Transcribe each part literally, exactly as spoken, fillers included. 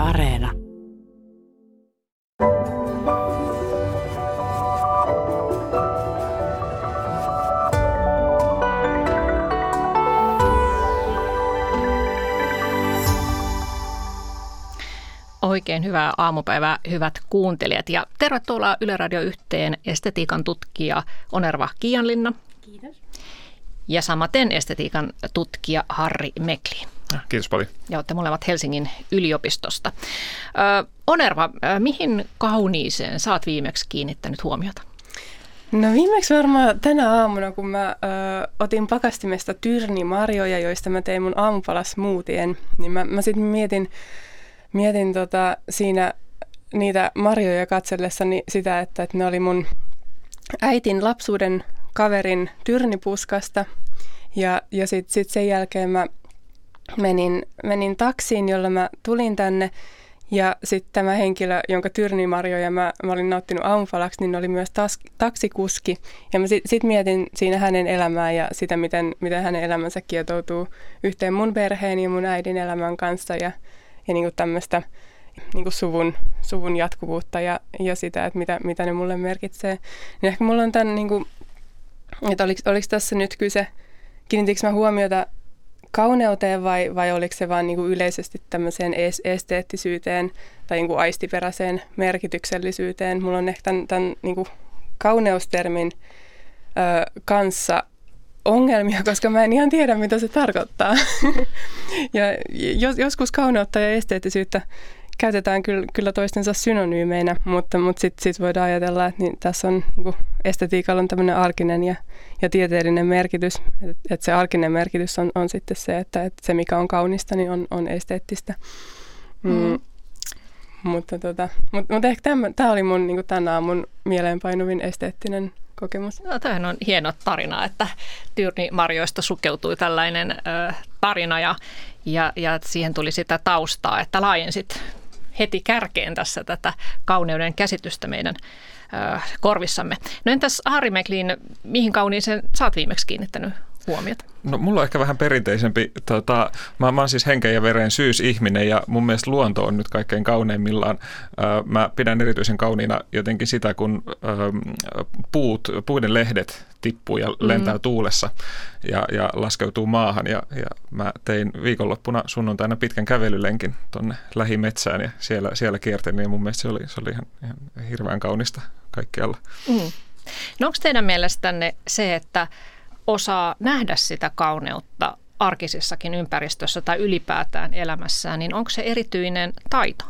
Areena. Oikein hyvää aamupäivää, hyvät kuuntelijat, ja tervetuloa Yle Radio yhteen estetiikan tutkija Onerva Kiianlinna. Kiitos. Ja samaten estetiikan tutkija Harri Mekli. Kiitos paljon. Ja olette molemmat Helsingin yliopistosta. Ö, Onerva, mihin kauniiseen sä oot viimeksi kiinnittänyt huomiota? No viimeksi varmaan tänä aamuna, kun mä ö, otin pakastimesta tyrnimarjoja, joista mä tein mun aamupalasmoothien, niin mä, mä sitten mietin, mietin tota, siinä niitä marjoja katsellessani sitä, että, että ne oli mun äitin lapsuuden kaverin tyrnipuskasta. Ja, ja sitten sit sen jälkeen mä menin, menin taksiin, jolla mä tulin tänne. Ja sitten tämä henkilö, jonka tyrnimarjoja mä, mä olin nauttinut aamupalaksi, niin oli myös tas, taksikuski. Ja mä sitten sit mietin siinä hänen elämää ja sitä, miten, miten hänen elämänsä kietoutuu yhteen mun perheen ja mun äidin elämän kanssa. Ja, ja niinku tämmöistä niinku suvun, suvun jatkuvuutta ja, ja sitä, että mitä, mitä ne mulle merkitsee. Niin ehkä mulla on tämän, niinku, että oliko, oliko tässä nyt kyse, kiinnitikö mä huomiota kauneuteen vai, vai oliko se vaan niinku yleisesti tämmöiseen esteettisyyteen tai niinku aistiperäiseen merkityksellisyyteen. Mulla on ehkä tämän, tämän niinku kauneustermin ö, kanssa ongelmia, koska mä en ihan tiedä, mitä se tarkoittaa. ja jos, joskus kauneutta ja esteettisyyttä käytetään kyllä, kyllä toistensa synonyymeinä, mutta, mutta sitten sit voidaan ajatella, että niin tässä on niin estetiikalla on tämmöinen arkinen ja, ja tieteellinen merkitys. Että et se arkinen merkitys on, on sitten se, että et se mikä on kaunista, niin on, on esteettistä. Mm. Mm. Mutta tota, mut, mut ehkä tämä oli mun niin tämän aamun mieleenpainuvin esteettinen kokemus. No, tämähän on hieno tarina, että tyrnimarjoista sukeutui tällainen ö, tarina ja, ja, ja siihen tuli sitä taustaa, että laajensit heti kärkeen tässä tätä kauneuden käsitystä meidän ö, korvissamme. No entäs Harri Meklin, mihin kauniiseen sä oot viimeksi kiinnittänyt huomiota? No mulla on ehkä vähän perinteisempi, tota, mä, mä oon siis henken ja veren syysihminen ja mun mielestä luonto on nyt kaikkein kauneimmillaan. Ö, mä pidän erityisen kauniina jotenkin sitä, kun ö, puut, puiden lehdet tippuu ja lentää mm. tuulessa ja, ja laskeutuu maahan. Ja, ja mä tein viikonloppuna sunnuntaina pitkän kävelylenkin tonne lähimetsään ja siellä, siellä kiertelin ja mun mielestä se oli, se oli ihan, ihan hirveän kaunista kaikkialla. Mm. No onko teidän mielestänne se, että osaa nähdä sitä kauneutta arkisessakin ympäristössä tai ylipäätään elämässään, niin onko se erityinen taito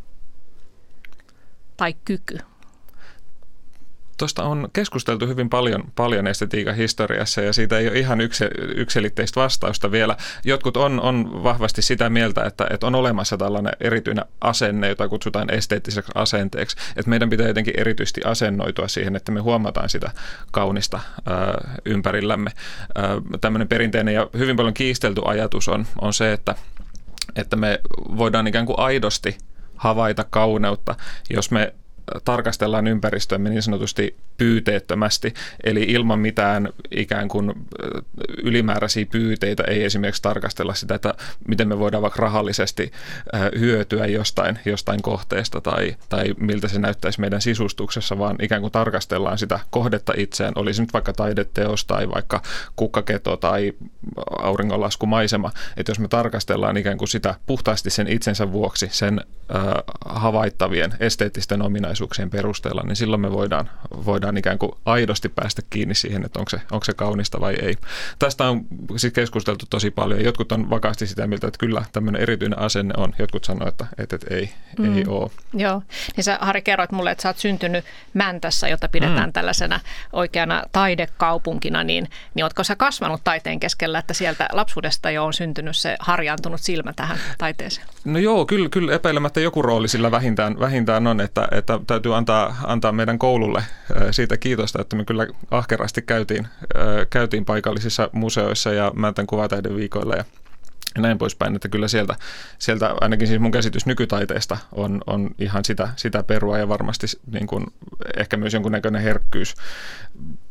tai kyky? Tuosta on keskusteltu hyvin paljon, paljon estetiikan historiassa ja siitä ei ole ihan yksiselitteistä vastausta vielä. Jotkut on, on vahvasti sitä mieltä, että, että on olemassa tällainen erityinen asenne, jota kutsutaan esteettiseksi asenteeksi. Että meidän pitää jotenkin erityisesti asennoitua siihen, että me huomataan sitä kaunista ää, ympärillämme. Ää, tämmöinen perinteinen ja hyvin paljon kiistelty ajatus on, on se, että, että me voidaan ikään kuin aidosti havaita kauneutta, jos me tarkastellaan ympäristöämme niin sanotusti pyyteettömästi, eli ilman mitään ikään kuin ylimääräisiä pyyteitä ei esimerkiksi tarkastella sitä, että miten me voidaan vaikka rahallisesti hyötyä jostain, jostain kohteesta tai, tai miltä se näyttäisi meidän sisustuksessa, vaan ikään kuin tarkastellaan sitä kohdetta itseään, oli se nyt vaikka taideteos tai vaikka kukkaketo tai auringonlaskumaisema, että jos me tarkastellaan ikään kuin sitä puhtaasti sen itsensä vuoksi, sen äh, havaittavien esteettisten ominaisuuksien perusteella, niin silloin me voidaan, voidaan ikään kuin aidosti päästä kiinni siihen, että onko se, onko se kaunista vai ei. Tästä on siis keskusteltu tosi paljon. Jotkut on vakaasti sitä mieltä, että kyllä tämmöinen erityinen asenne on. Jotkut sanoo, että, että, että ei, mm. ei ole. Joo. Niin sä, Harri, kerroit mulle, että sä oot syntynyt Mäntässä, jota pidetään mm. tällaisena oikeana taidekaupunkina, niin, niin ootko sä kasvanut taiteen keskellä, että sieltä lapsuudesta jo on syntynyt se harjaantunut silmä tähän taiteeseen? No joo, kyllä, kyllä epäilemättä joku rooli sillä vähintään, vähintään on, että, että täytyy antaa, antaa meidän koululle siitä kiitosta, että me kyllä ahkerasti käytiin, käytiin paikallisissa museoissa ja Mäntän kuvataideviikoilla ja näin poispäin, että kyllä sieltä, sieltä ainakin siis mun käsitys nykytaiteesta on, on ihan sitä, sitä perua ja varmasti niin kuin ehkä myös jonkunnäköinen herkkyys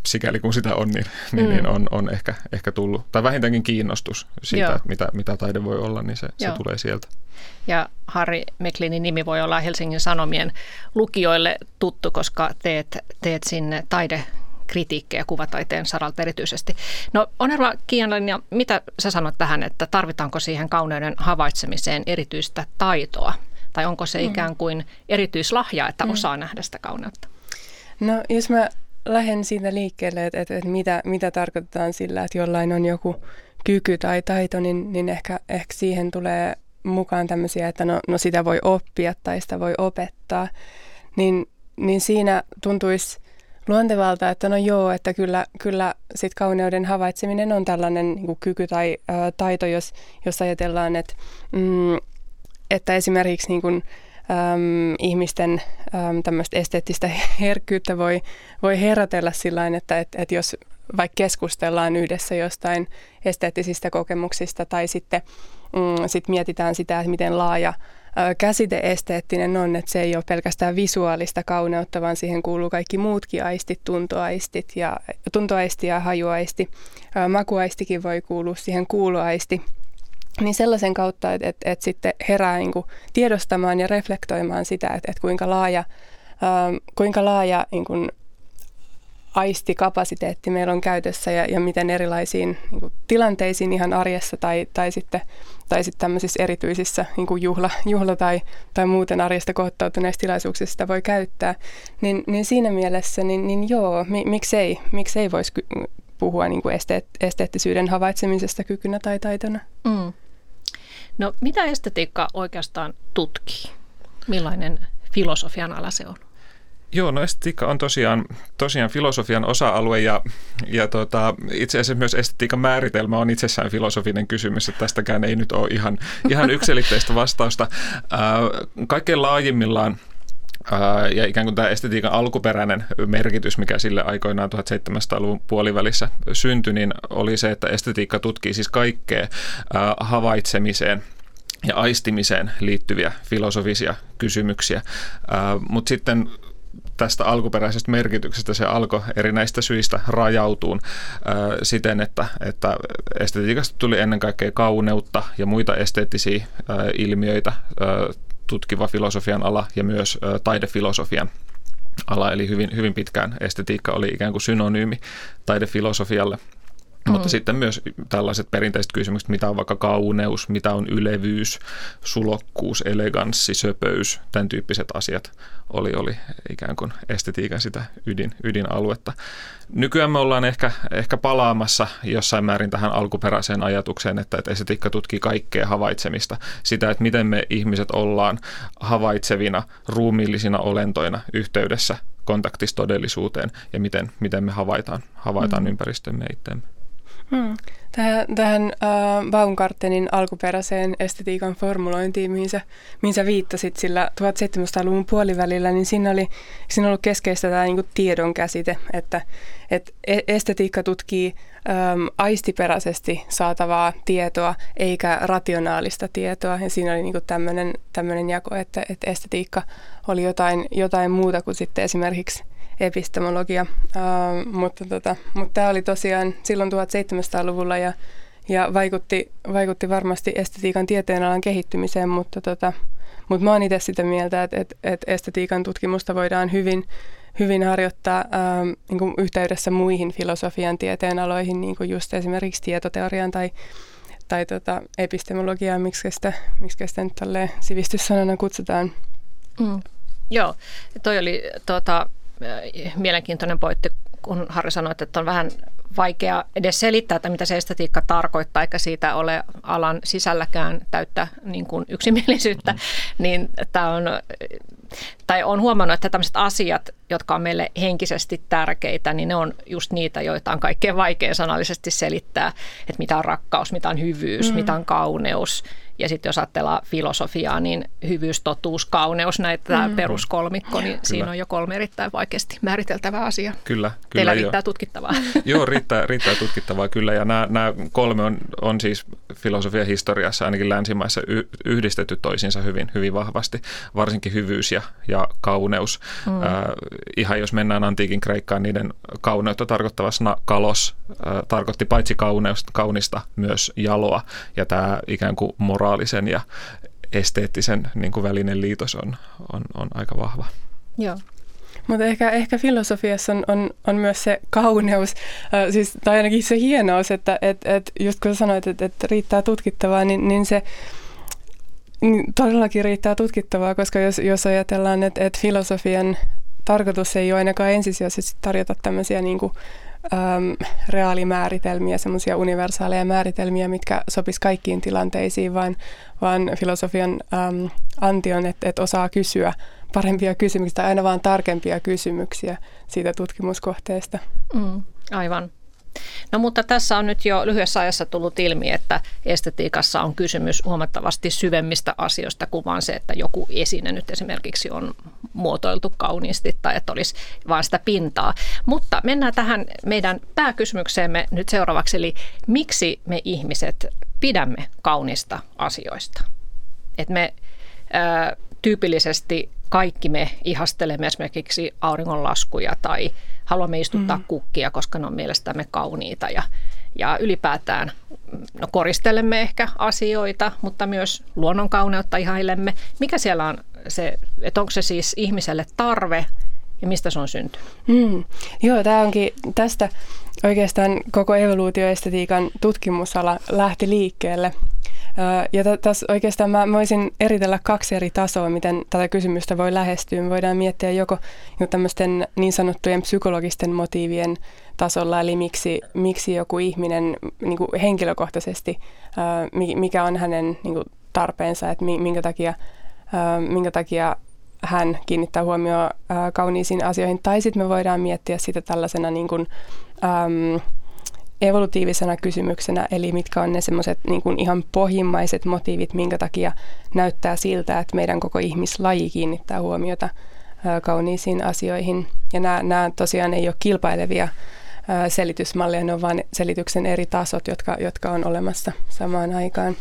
sikäli kun sitä on, niin, niin, Mm. niin on, on ehkä, ehkä tullut, tai vähintäänkin kiinnostus siitä, Joo. että mitä, mitä taide voi olla, niin se, se Joo. tulee sieltä. Ja Harri Meklinin nimi voi olla Helsingin Sanomien lukijoille tuttu, koska teet, teet sinne taidekritiikkejä kuvataiteen saralta erityisesti. No Onerva Kiianlainen, mitä sä sanot tähän, että tarvitaanko siihen kauneuden havaitsemiseen erityistä taitoa? Tai onko se ikään kuin erityislahja, että osaa nähdä sitä kauneutta? No jos mä lähden siitä liikkeelle, että, että, että mitä, mitä tarkoitetaan sillä, että jollain on joku kyky tai taito, niin, niin ehkä, ehkä siihen tulee mukaan tämmöisiä, että no, no sitä voi oppia tai sitä voi opettaa, niin, niin siinä tuntuisi luontevalta, että no joo, että kyllä, kyllä sit kauneuden havaitseminen on tällainen niin kuin kyky tai ä, taito, jos, jos ajatellaan, että, mm, että esimerkiksi niin kuin, äm, ihmisten äm, tämmöistä esteettistä herkkyyttä voi, voi herätellä sillain, että et, et jos vaikka keskustellaan yhdessä jostain esteettisistä kokemuksista tai sitten mm, sit mietitään sitä, että miten laaja ä, käsite esteettinen on, että se ei ole pelkästään visuaalista kauneutta, vaan siihen kuuluu kaikki muutkin aistit, tuntoaistit ja tuntoaisti ja hajuaisti. Ä, makuaistikin voi kuulua siihen, kuuloaisti. Niin sellaisen kautta, että, että, että sitten herää niin kuin tiedostamaan ja reflektoimaan sitä, että, että kuinka laaja, äh, kuinka laaja niin kuin aistikapasiteetti meillä on käytössä ja, ja miten erilaisiin niin kuin tilanteisiin ihan arjessa tai, tai sitten, tai sitten tämmöisissä erityisissä niin kuin juhla, juhla tai, tai muuten arjesta kohottautuneissa tilaisuuksissa sitä voi käyttää. Niin, niin siinä mielessä, niin, niin joo, mi, miksei, miksei voisi puhua niin kuin esteet, esteettisyyden havaitsemisesta kykynä tai taitona. Mm. No mitä estetiikka oikeastaan tutkii? Millainen filosofian ala se on? Joo, no estetiikka on tosiaan, tosiaan filosofian osa-alue ja, ja tota, itse asiassa myös estetiikan määritelmä on itsessään filosofinen kysymys, että tästäkään ei nyt ole ihan, ihan yksilitteistä vastausta. Äh, kaikkein laajimmillaan ja ikään kuin tämä estetiikan alkuperäinen merkitys, mikä sille aikoinaan tuhatseitsemänsataaluvun puolivälissä syntyi, niin oli se, että estetiikka tutkii siis kaikkea havaitsemiseen ja aistimiseen liittyviä filosofisia kysymyksiä, mutta sitten tästä alkuperäisestä merkityksestä se alkoi erinäistä syistä rajautuun äh, siten, että, että estetiikasta tuli ennen kaikkea kauneutta ja muita esteettisiä äh, ilmiöitä äh, tutkiva filosofian ala ja myös äh, taidefilosofian ala, eli hyvin, hyvin pitkään estetiikka oli ikään kuin synonyymi taidefilosofialle. Mm. Mutta sitten myös tällaiset perinteiset kysymykset, mitä on vaikka kauneus, mitä on ylevyys, sulokkuus, eleganssi, söpöys, tämän tyyppiset asiat oli, oli ikään kuin estetiikan sitä ydin, ydinaluetta. Nykyään me ollaan ehkä, ehkä palaamassa jossain määrin tähän alkuperäiseen ajatukseen, että, että estetiikka tutkii kaikkea havaitsemista. Sitä, että miten me ihmiset ollaan havaitsevina, ruumiillisina olentoina yhteydessä kontaktissa todellisuuteen ja miten, miten me havaitaan, havaitaan mm. ympäristömme itseämme. Hmm. Tähän, tähän äh, Baumgartenin alkuperäiseen estetiikan formulointiin, mihin sä, mihin sä viittasit sillä tuhatseitsemänsataaluvun puolivälillä, niin siinä oli siinä ollut keskeistä tämä niin kuin tiedon käsite, että, että estetiikka tutkii äm, aistiperäisesti saatavaa tietoa eikä rationaalista tietoa. Ja siinä oli niin kuin tämmöinen, tämmöinen jako, että, että estetiikka oli jotain, jotain muuta kuin sitten esimerkiksi epistemologia, uh, mutta, tota, mutta tämä oli tosiaan silloin tuhatseitsemänsataaluvulla ja, ja vaikutti, vaikutti varmasti estetiikan tieteenalan kehittymiseen, mutta, tota, mutta mä oon itse sitä mieltä, että, että, että estetiikan tutkimusta voidaan hyvin, hyvin harjoittaa uh, niin kuin yhteydessä muihin filosofian tieteenaloihin, niin kuin just esimerkiksi tietoteoriaan tai, tai tota, epistemologiaan, miksi sitä, miksi sitä nyt tälleen sivistyssanana kutsutaan. Mm. Joo, toi oli tuota, mielenkiintoinen pointti, kun Harri sanoi, että on vähän vaikea edes selittää, että mitä se estetiikka tarkoittaa, eikä siitä ole alan sisälläkään täyttä niin kuin yksimielisyyttä, mm. niin tämä on, tai on huomannut, että tämmöiset asiat, jotka on meille henkisesti tärkeitä, niin ne on just niitä, joita on kaikkein vaikea sanallisesti selittää, että mitä on rakkaus, mitä on hyvyys, mm. mitä on kauneus Ja sitten jos ajatellaan filosofiaa, niin hyvyys, totuus, kauneus, näitä mm. peruskolmikko, niin kyllä. Siinä on jo kolme erittäin vaikeasti määriteltävää asiaa. Kyllä, kyllä. Teillä riittää jo. tutkittavaa. Joo, riittää, riittää tutkittavaa kyllä. Ja nämä, nämä kolme on, on siis filosofian historiassa ainakin länsimaissa yhdistetty toisiinsa hyvin, hyvin vahvasti. Varsinkin hyvyys ja, ja kauneus. Mm. Äh, ihan jos mennään antiikin Kreikkaan, niiden kauneutta tarkoittava sana kalos äh, tarkoitti paitsi kauneus, kaunista myös jaloa. Ja tämä ikään kuin moraalisen ja esteettisen niin kuin välinen liitos on, on, on aika vahva. Joo. Mutta ehkä, ehkä filosofiassa on, on, on myös se kauneus, äh, siis, tai ainakin se hienous, että et, et just kun sanoit, että et riittää tutkittavaa, niin, niin se niin todellakin riittää tutkittavaa, koska jos, jos ajatellaan, että et filosofian tarkoitus ei ole ainakaan ensisijaisesti tarjota tämmöisiä niin kuin, äm, reaalimääritelmiä, semmoisia universaaleja määritelmiä, mitkä sopis kaikkiin tilanteisiin, vaan, vaan filosofian äm, anti on, että et osaa kysyä parempia kysymyksiä tai aina vaan tarkempia kysymyksiä siitä tutkimuskohteesta. Mm, aivan. No mutta tässä on nyt jo lyhyessä ajassa tullut ilmi, että estetiikassa on kysymys huomattavasti syvemmistä asioista kuin vaan se, että joku esine nyt esimerkiksi on muotoiltu kauniisti tai että olisi vaan sitä pintaa. Mutta mennään tähän meidän pääkysymykseemme nyt seuraavaksi, eli miksi me ihmiset pidämme kaunista asioista? Että me ää, tyypillisesti kaikki me ihastelemme esimerkiksi auringonlaskuja tai haluamme istuttaa mm. kukkia, koska ne on mielestämme kauniita ja, ja ylipäätään no, koristelemme ehkä asioita, mutta myös luonnonkauneutta ihailemme. Mikä siellä on se, että onko se siis ihmiselle tarve ja mistä se on syntynyt? Mm. Joo, tämä onkin tästä oikeastaan koko evoluutioestetiikan tutkimusala lähti liikkeelle. Ja t- tässä oikeastaan mä voisin eritellä kaksi eri tasoa, miten tätä kysymystä voi lähestyä. Me voidaan miettiä joko tämmöisten niin sanottujen psykologisten motiivien tasolla, eli miksi, miksi joku ihminen niin kuin henkilökohtaisesti, mikä on hänen niin kuin tarpeensa, että minkä takia, minkä takia hän kiinnittää huomioon kauniisiin asioihin. Tai sitten me voidaan miettiä sitä tällaisena niin kuin, äm, evolutiivisena kysymyksenä, eli mitkä on ne semmoiset niin kuin ihan pohjimmaiset motiivit, minkä takia näyttää siltä, että meidän koko ihmislaji kiinnittää huomiota ää, kauniisiin asioihin. Ja nämä, nämä tosiaan ei ole kilpailevia ää, selitysmalleja, ne on vain selityksen eri tasot, jotka, jotka on olemassa samaan aikaan.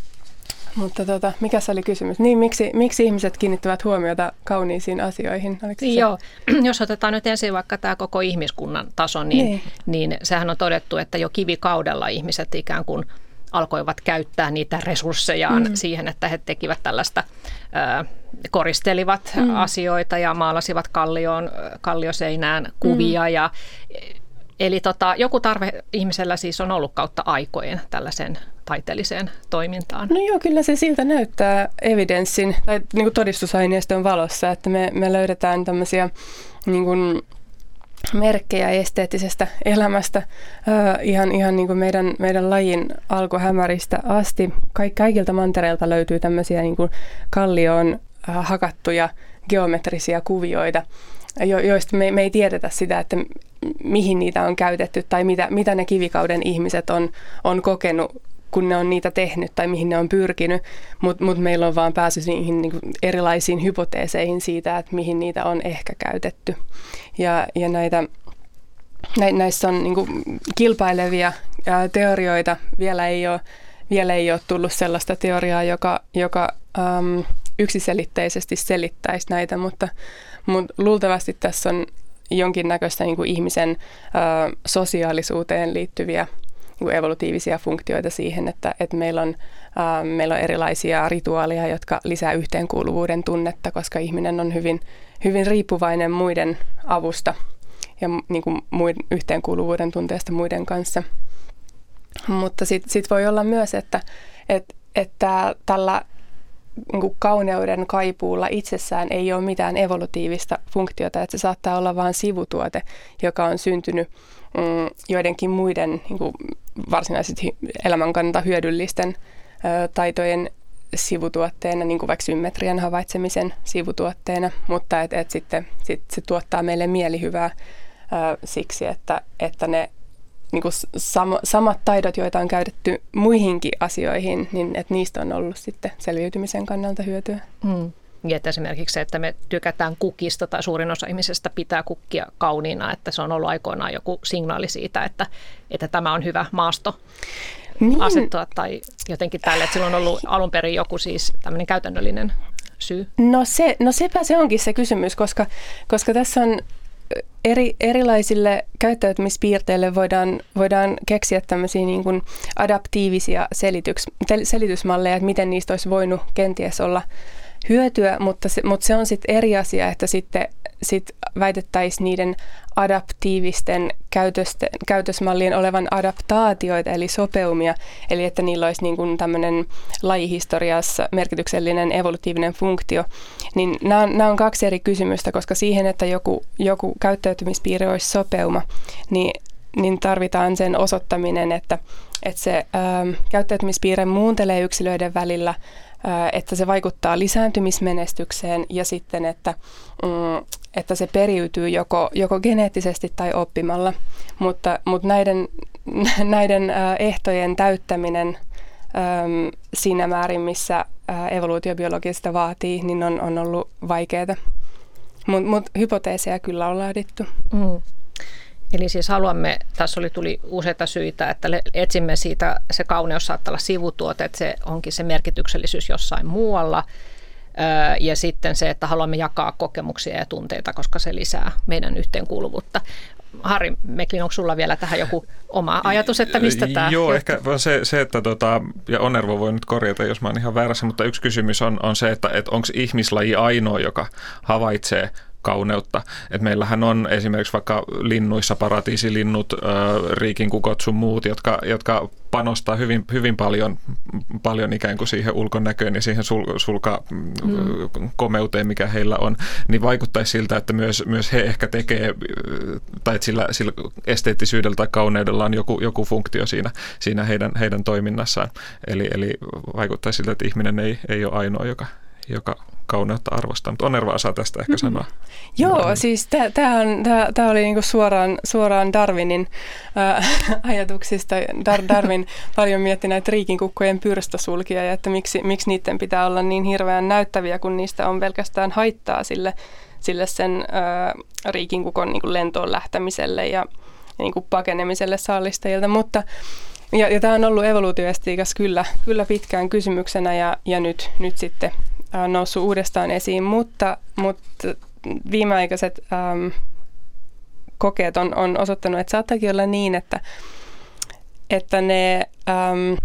Mutta tota, mikä se oli kysymys? Niin, miksi, miksi ihmiset kiinnittävät huomiota kauniisiin asioihin? Joo, jos otetaan nyt ensin vaikka tämä koko ihmiskunnan taso, niin, niin. niin sehän on todettu, että jo kivikaudella ihmiset ikään kuin alkoivat käyttää niitä resurssejaan mm. siihen, että he tekivät tällaista, äh, koristelivat mm. asioita ja maalasivat kallioon, kallioseinään kuvia mm. ja eli tota, joku tarve ihmisellä siis on ollut kautta aikojen tällaisen taiteelliseen toimintaan. No joo, kyllä se siltä näyttää evidenssin tai niin kuin todistusaineiston valossa, että me, me löydetään tämmöisiä niin kuin merkkejä esteettisestä elämästä äh, ihan, ihan niin kuin meidän, meidän lajin alkuhämäristä asti. Kaik, kaikilta mantereilta löytyy tämmöisiä niin kuin kallioon äh, hakattuja geometrisia kuvioita, jo, joista me, me ei tiedetä sitä, että mihin niitä on käytetty tai mitä, mitä ne kivikauden ihmiset on, on kokenut, kun ne on niitä tehnyt tai mihin ne on pyrkinyt, mutta mut meillä on vaan pääsy niihin niin kuin erilaisiin hypoteeseihin siitä, että mihin niitä on ehkä käytetty. Ja, ja näitä, nä, näissä on niin kuin kilpailevia ää, teorioita. Vielä ei, ole, vielä ei ole tullut sellaista teoriaa, joka, joka äm, yksiselitteisesti selittäisi näitä, mutta, mutta luultavasti tässä on jonkinnäköistä niin kuin ihmisen ä, sosiaalisuuteen liittyviä niin kuin evolutiivisia funktioita siihen, että, että meillä, on, ä, meillä on erilaisia rituaaleja, jotka lisää yhteenkuuluvuuden tunnetta, koska ihminen on hyvin, hyvin riippuvainen muiden avusta ja niin kuin muiden, yhteenkuuluvuuden tunteesta muiden kanssa. Mutta sitten sit voi olla myös, että, että, että tällä niin kuin kauneuden kaipuulla itsessään ei ole mitään evolutiivista funktiota, että se saattaa olla vain sivutuote, joka on syntynyt mm, joidenkin muiden niin kuin varsinaisesti elämän kannalta hyödyllisten ö, taitojen sivutuotteena, niin kuin vaikka symmetrian havaitsemisen sivutuotteena, mutta et, et sitten sit se tuottaa meille mielihyvää ö, siksi, että, että ne niin kuin sam- samat taidot, joita on käytetty muihinkin asioihin, niin että niistä on ollut sitten selviytymisen kannalta hyötyä. Mm. Ja että esimerkiksi se, että me tykätään kukista tai suurin osa ihmisestä pitää kukkia kauniina, että se on ollut aikoinaan joku signaali siitä, että, että tämä on hyvä maasto niin asettua tai jotenkin tälle, että sillä on ollut alun perin joku siis tämmöinen käytännöllinen syy. No, se, no sepä se onkin se kysymys, koska, koska tässä on eri, erilaisille käyttäytymispiirteille voidaan, voidaan keksiä tämmöisiä niin kuin adaptiivisia selityks, selitysmalleja, että miten niistä olisi voinut kenties olla hyötyä, mutta se, mutta se on sitten eri asia, että sitten sit väitettäisiin niiden adaptiivisten käytösten, käytösmallien olevan adaptaatioita, eli sopeumia, eli että niillä olisi niin kuin tämmöinen lajihistoriassa merkityksellinen evolutiivinen funktio, niin nämä on, nämä on kaksi eri kysymystä, koska siihen, että joku, joku käyttäytymispiirre olisi sopeuma, niin, niin tarvitaan sen osoittaminen, että, että se ää, käyttäytymispiirre muuntelee yksilöiden välillä, että se vaikuttaa lisääntymismenestykseen ja sitten, että, mm, että se periytyy joko, joko geneettisesti tai oppimalla. Mutta, mutta näiden, näiden ehtojen täyttäminen äm, siinä määrin, missä evoluutiobiologia sitä vaatii, niin on, on ollut vaikeaa. Mutta mut hypoteeseja kyllä on laadittu. Mm. Eli siis haluamme, tässä oli, tuli useita syitä, että etsimme siitä, se kauneus saattaa olla sivutuote, että se onkin se merkityksellisyys jossain muualla. Ja sitten se, että haluamme jakaa kokemuksia ja tunteita, koska se lisää meidän yhteenkuuluvuutta. Harri Meklin, onko sulla vielä tähän joku oma ajatus, että mistä tämä? Joo, ehkä se, se että tota, ja Onervo voi nyt korjata, jos mä oon ihan väärässä, mutta yksi kysymys on, on se, että, että onko ihmislaji ainoa, joka havaitsee kauneutta. Et meillähän on esimerkiksi vaikka linnuissa paratiisilinnut, riikinkukot sun muut, jotka, jotka panostaa hyvin, hyvin paljon, paljon ikään kuin siihen ulkonäköön ja siihen sul, sulkakomeuteen, mikä heillä on, niin vaikuttaisi siltä, että myös, myös he ehkä tekee, tai että sillä, sillä esteettisyydellä tai kauneudella on joku, joku funktio siinä, siinä heidän, heidän toiminnassaan. Eli, eli vaikuttaisi siltä, että ihminen ei, ei ole ainoa, joka, joka kauneutta arvostaa, mutta Onerva saa tästä ehkä sanoa. Mm-hmm. Joo, no, siis tämä oli niinku suoraan, suoraan Darwinin äh, ajatuksista. Dar, Darwin paljon mietti näitä riikinkukkojen pyrstösulkia ja että miksi, miksi niiden pitää olla niin hirveän näyttäviä, kun niistä on pelkästään haittaa sille, sille sen äh, riikinkukon niinku lentoon lähtemiselle ja, ja niinku pakenemiselle saalistajilta, mutta ja, ja tämä on ollut evoluutioestiikassa kyllä, kyllä pitkään kysymyksenä ja, ja nyt, nyt sitten on noussut uudestaan esiin, mutta, mutta viimeaikaiset äm, kokeet on, on osoittanut, että saattaakin olla niin, että, että ne äm,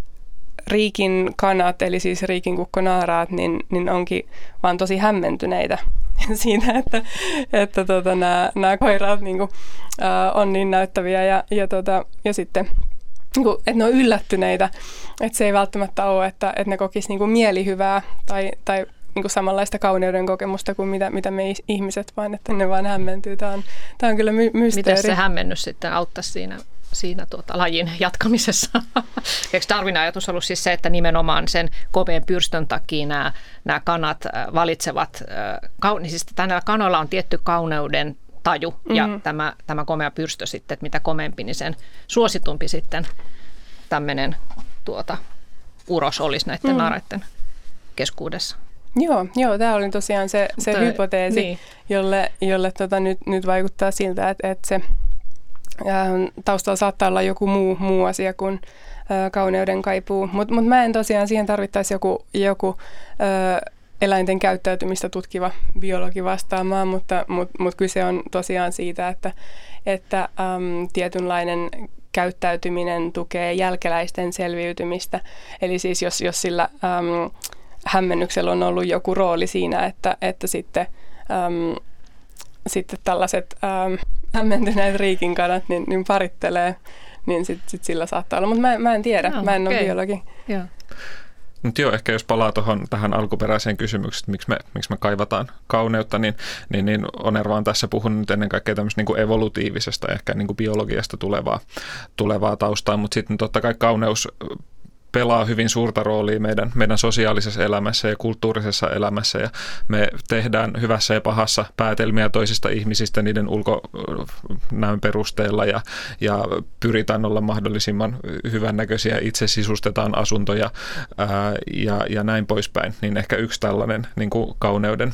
riikin kanat, eli siis riikinkukkonaaraat, niin, niin onkin vaan tosi hämmentyneitä siitä, että, että tota, nämä, nämä koiraat niin kuin, ä, on niin näyttäviä ja, ja, tota, ja sitten että ne on yllättyneitä, että se ei välttämättä ole, että, että ne kokisivat niin kuin mielihyvää tai, tai niin kuin samanlaista kauneuden kokemusta kuin mitä, mitä me ihmiset, vaan että ne vaan hämmentyy. Tämä on, tämä on kyllä my- mysteeri. Miten se hämmennys sitten auttaisi siinä, siinä tuota, lajin jatkamisessa? Eikö Darwinin ajatus ollut siis se, että nimenomaan sen komean pyrstön takia nämä, nämä kanat valitsevat, niin siis näillä kanoilla on tietty kauneuden taju ja mm-hmm. tämä, tämä komea pyrstö sitten, että mitä komeampi, niin sen suositumpi sitten tämmöinen tuota, uros olisi näiden mm. naaraiden keskuudessa. Joo, joo, tämä oli tosiaan se, se Mutta, hypoteesi, niin. jolle, jolle tota nyt, nyt vaikuttaa siltä, että, että se ää, taustalla saattaa olla joku muu, muu asia kuin ää, kauneuden kaipuu. Mutta mut mä en tosiaan, siihen tarvittaisi joku, joku ää, eläinten käyttäytymistä tutkiva biologi vastaamaan, mutta, mutta, mutta kyse on tosiaan siitä, että, että äm, tietynlainen käyttäytyminen tukee jälkeläisten selviytymistä. Eli siis jos, jos sillä äm, hämmennyksellä on ollut joku rooli siinä, että, että sitten, äm, sitten tällaiset äm, hämmentyneet riikinkanat niin, niin parittelee, niin sitten sit sillä saattaa olla. Mutta mä, mä en tiedä, no, mä en okay. ole biologi. Joo. Mutta joo, ehkä jos palaa tuohon tähän alkuperäiseen kysymykseen, että miksi me, miksi me kaivataan kauneutta, niin, niin, niin Onerva on tässä puhunut nyt ennen kaikkea tämmöistä niin evolutiivisesta, ehkä niin kuin biologiasta tulevaa, tulevaa taustaa, mutta sitten totta kai kauneus pelaa hyvin suurta roolia meidän, meidän sosiaalisessa elämässä ja kulttuurisessa elämässä ja me tehdään hyvässä ja pahassa päätelmiä toisista ihmisistä niiden ulkonäön perusteella ja, ja pyritään olla mahdollisimman hyvännäköisiä, itse sisustetaan asuntoja ää, ja, ja näin poispäin, niin ehkä yksi tällainen niin kuin kauneuden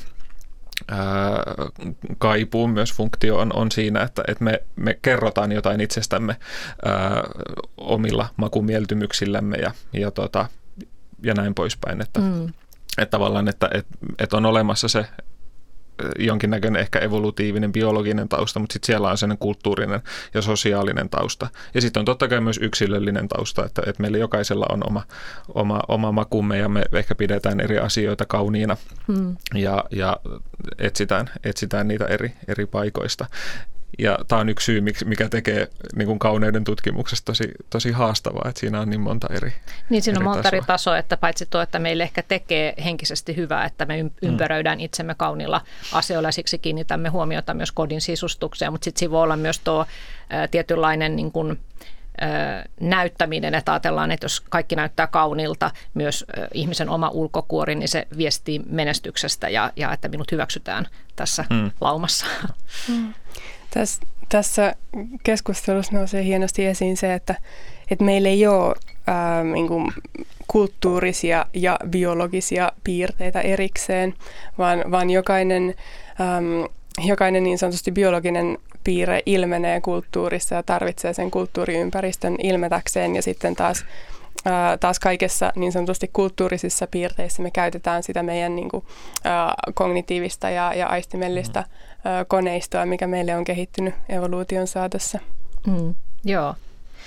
Ää, kaipuu myös funktio on, on siinä, että, että me, me kerrotaan jotain itsestämme ää, omilla makumieltymyksillämme ja, ja, tota, ja näin poispäin. Että, mm. että tavallaan, että, että, että on olemassa se jonkinnäköinen ehkä evolutiivinen, biologinen tausta, mutta sitten siellä on sellainen kulttuurinen ja sosiaalinen tausta. Ja sitten on totta kai myös yksilöllinen tausta, että, että meillä jokaisella on oma, oma, oma makumme ja me ehkä pidetään eri asioita kauniina hmm. ja, ja etsitään, etsitään niitä eri, eri paikoista. Ja tämä on yksi syy, mikä tekee niin kuin kauneuden tutkimuksesta tosi, tosi haastavaa, että siinä on niin monta eri Niin siinä eri on monta tasoa. eri tasoa, että paitsi tuo, että meille ehkä tekee henkisesti hyvää, että me ympäröidään itsemme kauniilla asioilla ja siksi kiinnitämme huomiota myös kodin sisustukseen, mutta sitten siinä voi olla myös tuo ä, tietynlainen niin kuin, ä, näyttäminen, että ajatellaan, että jos kaikki näyttää kaunilta, myös ä, ihmisen oma ulkokuori, niin se viestii menestyksestä ja, ja että minut hyväksytään tässä hmm. laumassa. Hmm. Tässä, tässä keskustelussa nousee hienosti esiin se, että, että meillä ei ole ää, niin kuin kulttuurisia ja biologisia piirteitä erikseen, vaan, vaan jokainen, äm, jokainen niin sanotusti biologinen piirre ilmenee kulttuurissa ja tarvitsee sen kulttuuriympäristön ilmetäkseen ja sitten taas Ää, taas kaikessa niin sanotusti kulttuurisissa piirteissä me käytetään sitä meidän niin kuin, ää, kognitiivista ja, ja aistimellista ää, koneistoa, mikä meille on kehittynyt evoluution saatossa. Mm, joo.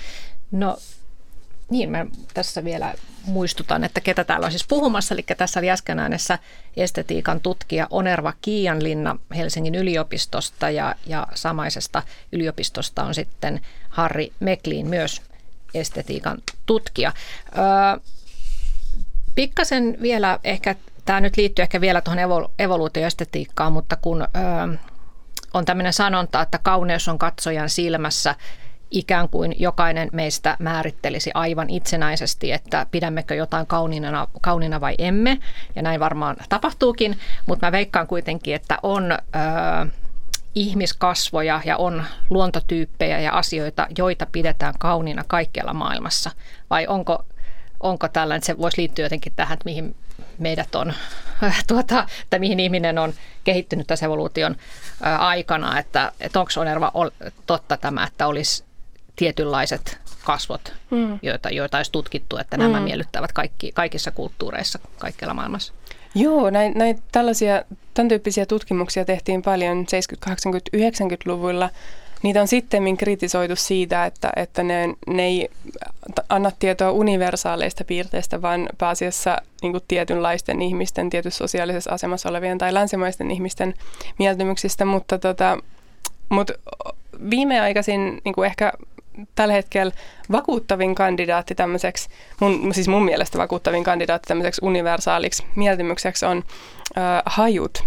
No niin, mä tässä vielä muistutan, että ketä täällä on siis puhumassa. Eli tässä oli äsken äänessä estetiikan tutkija Onerva Kiianlinna Helsingin yliopistosta ja, ja samaisesta yliopistosta on sitten Harri Meklin myös estetiikan tutkija. Öö, pikkasen vielä ehkä, tämä nyt liittyy ehkä vielä tuohon evol- evoluutioestetiikkaan, mutta kun öö, on tämmöinen sanonta, että kauneus on katsojan silmässä, ikään kuin jokainen meistä määrittelisi aivan itsenäisesti, että pidämmekö jotain kauniina, kauniina vai emme, ja näin varmaan tapahtuukin, mutta mä veikkaan kuitenkin, että on öö, ihmiskasvoja ja on luontotyyppejä ja asioita, joita pidetään kauniina kaikkialla maailmassa? Vai onko, onko tällainen, se voisi liittyä jotenkin tähän, että mihin meidät on, tuota, että mihin ihminen on kehittynyt tässä evoluution aikana, että, että onko Onerva totta tämä, että olisi tietynlaiset kasvot, mm. joita, joita olisi tutkittu, että nämä mm. miellyttävät kaikki, kaikissa kulttuureissa kaikkialla maailmassa? Joo, näitä näit tällaisia, tämän tyyppisiä tutkimuksia tehtiin paljon seitsemänkymmentä-, kahdeksankymmentä-, yhdeksänkymmentäluvuilla. Niitä on sittemmin kritisoitu siitä, että, että ne, ne ei anna tietoa universaaleista piirteistä, vaan pääasiassa niin kuin tietynlaisten ihmisten, tietyssä sosiaalisessa asemassa olevien tai länsimaisten ihmisten mieltymyksistä, mutta, tota, mutta viimeaikaisin niin kuin ehkä tällä hetkellä vakuuttavin kandidaatti tämmöiseksi, mun, siis mun mielestä vakuuttavin kandidaatti tämmöiseksi universaaliksi mieltymykseksi on äh, hajut.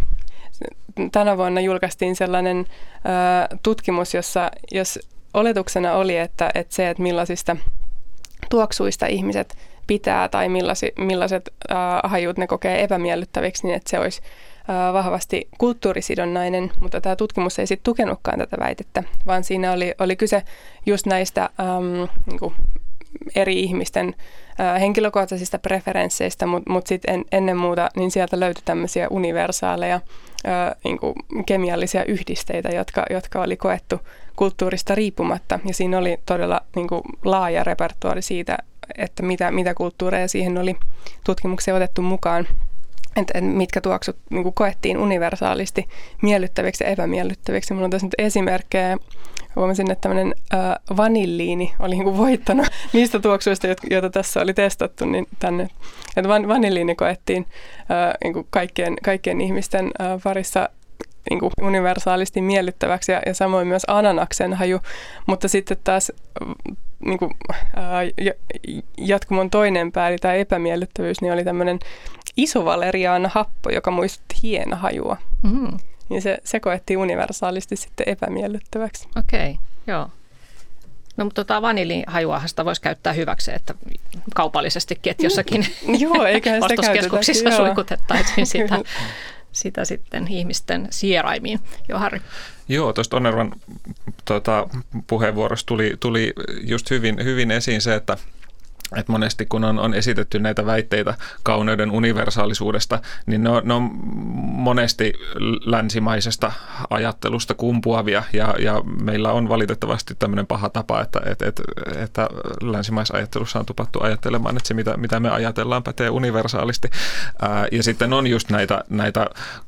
Tänä vuonna julkaistiin sellainen äh, tutkimus, jossa jos oletuksena oli, että, että se, että millaisista tuoksuista ihmiset pitää tai millaiset, millaiset äh, hajut ne kokee epämiellyttäviksi, niin että se olisi äh, vahvasti kulttuurisidonnainen, mutta tämä tutkimus ei sitten tukenutkaan tätä väitettä, vaan siinä oli, oli kyse just näistä ähm, niin kuin eri ihmisten äh, henkilökohtaisista preferensseistä, mutta mut sitten en, ennen muuta niin sieltä löytyi tämmöisiä universaaleja äh, niin kuin kemiallisia yhdisteitä, jotka, jotka oli koettu kulttuurista riippumatta. Ja siinä oli todella niin kuin laaja repertuaari siitä, että mitä, mitä kulttuureja siihen oli tutkimukseen otettu mukaan. Että et mitkä tuoksut niin kuin koettiin universaalisti miellyttäviksi ja epämiellyttäviksi. Minulla on tässä nyt esimerkkejä. Huomasin, että tämmöinen äh, vanilliini oli niin kuin voittanut niistä tuoksuista, joita tässä oli testattu. Niin tänne. Että van, vanilliini koettiin äh, niin kuin kaikkien, kaikkien ihmisten äh, parissa niin kuin universaalisti miellyttäväksi ja, ja samoin myös ananaksen haju. Mutta sitten taas niin kuin, äh, jatkumon toinen pää, eli tämä epämiellyttävyys, niin oli tämmöinen isovaleriaana happo, joka muistutti hienahajua. Mm. Niin se, se koettiin universaalisti sitten epämiellyttäväksi. Okei, okay, joo. No, mutta tota vanilihajua sitä voisi käyttää hyväksi, että kaupallisestikin, että jossakin joo, ostoskeskuksissa suikutettaisiin sitä, sitä sitten ihmisten sieraimiin. Joo, Harri. Joo, tuosta Onervan tuota, puheenvuorosta tuli, tuli just hyvin, hyvin esiin se, että että monesti kun on, on esitetty näitä väitteitä kauneuden universaalisuudesta, niin ne on, ne on monesti länsimaisesta ajattelusta kumpuavia ja, ja meillä on valitettavasti tämmöinen paha tapa, että, että, että, että länsimaisajattelussa on tupattu ajattelemaan, että se mitä, mitä me ajatellaan pätee universaalisti. Ää, ja sitten on just näitä, näitä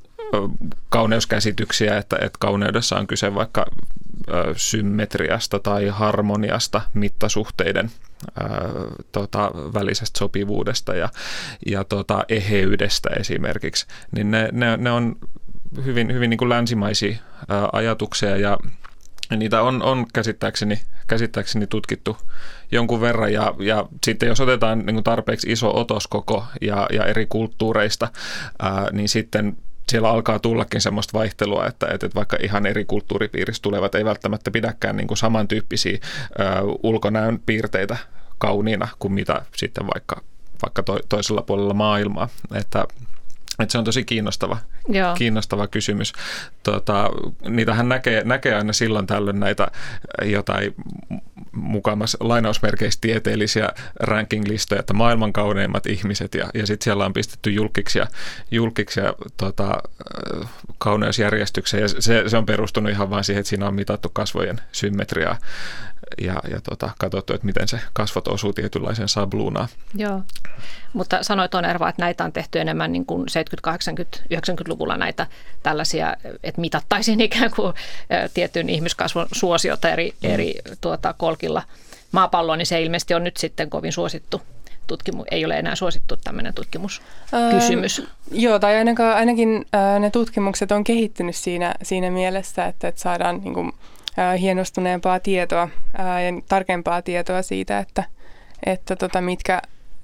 kauneuskäsityksiä, että, että kauneudessa on kyse vaikka ö, symmetriasta tai harmoniasta, mittasuhteiden ö, tota, välisestä sopivuudesta ja, ja tota, eheydestä esimerkiksi. Niin ne, ne, ne on hyvin, hyvin niin kuin länsimaisia ö, ajatuksia ja niitä on, on käsittääkseni, käsittääkseni tutkittu jonkun verran ja, ja sitten jos otetaan niin kuin tarpeeksi iso otoskoko ja, ja eri kulttuureista, ää, niin sitten siellä alkaa tullakin semmoista vaihtelua, että, että vaikka ihan eri kulttuuripiiristä tulevat ei välttämättä pidäkään niin kuin samantyyppisiä ö, ulkonäön piirteitä kauniina kuin mitä sitten vaikka, vaikka to, toisella puolella maailmaa. Että, että se on tosi kiinnostava, kiinnostava kysymys. Tota, niitähän näkee, näkee aina silloin tällöin näitä jotain mukamas lainausmerkeistä tieteellisiä ranking-listoja, että maailman kauneimmat ihmiset ja, ja sitten siellä on pistetty julkiksi julkiksi tota, kauneusjärjestykseen ja se, se on perustunut ihan vain siihen, että siinä on mitattu kasvojen symmetriaa ja, ja tota, katsottu, että miten se kasvot osuu tietynlaiseen sabluunaan. Joo, mutta sanoit Onerva, että näitä on tehty enemmän niin kuin seitsemänkymmentä-, kahdeksankymmentä-, yhdeksänkymmentäluvulla näitä tällaisia, että mitattaisiin ikään kuin tietyn ihmiskasvon suosiota eri, eri tuota, kolkilla maapalloa, niin se ilmeisesti on nyt sitten kovin suosittu tutkimus. Ei ole enää suosittu tämmöinen tutkimuskysymys. Öö, joo, tai ainakin, ainakin äh, ne tutkimukset on kehittynyt siinä, siinä mielessä, että, että saadaan niin kuin, äh, hienostuneempaa tietoa äh, ja tarkempaa tietoa siitä, että, että tota, mitkä,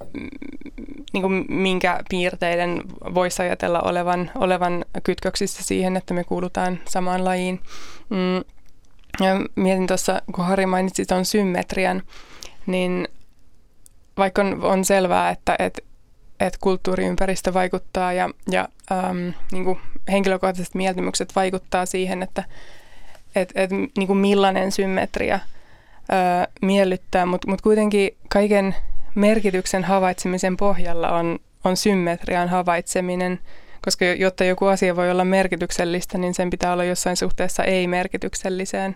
niin kuin, minkä piirteiden voisi ajatella olevan, olevan kytköksissä siihen, että me kuulutaan samaan lajiin. Mm. Ja mietin tuossa, kun Harri mainitsi tuon symmetrian, niin vaikka on, on selvää, että et, et kulttuuriympäristö vaikuttaa ja, ja äm, niin kuin henkilökohtaiset mieltymykset vaikuttaa siihen, että et, et, niin kuin millainen symmetria ää, miellyttää, mutta mut kuitenkin kaiken merkityksen havaitsemisen pohjalla on, on symmetrian havaitseminen, koska jotta joku asia voi olla merkityksellistä, niin sen pitää olla jossain suhteessa ei-merkitykselliseen.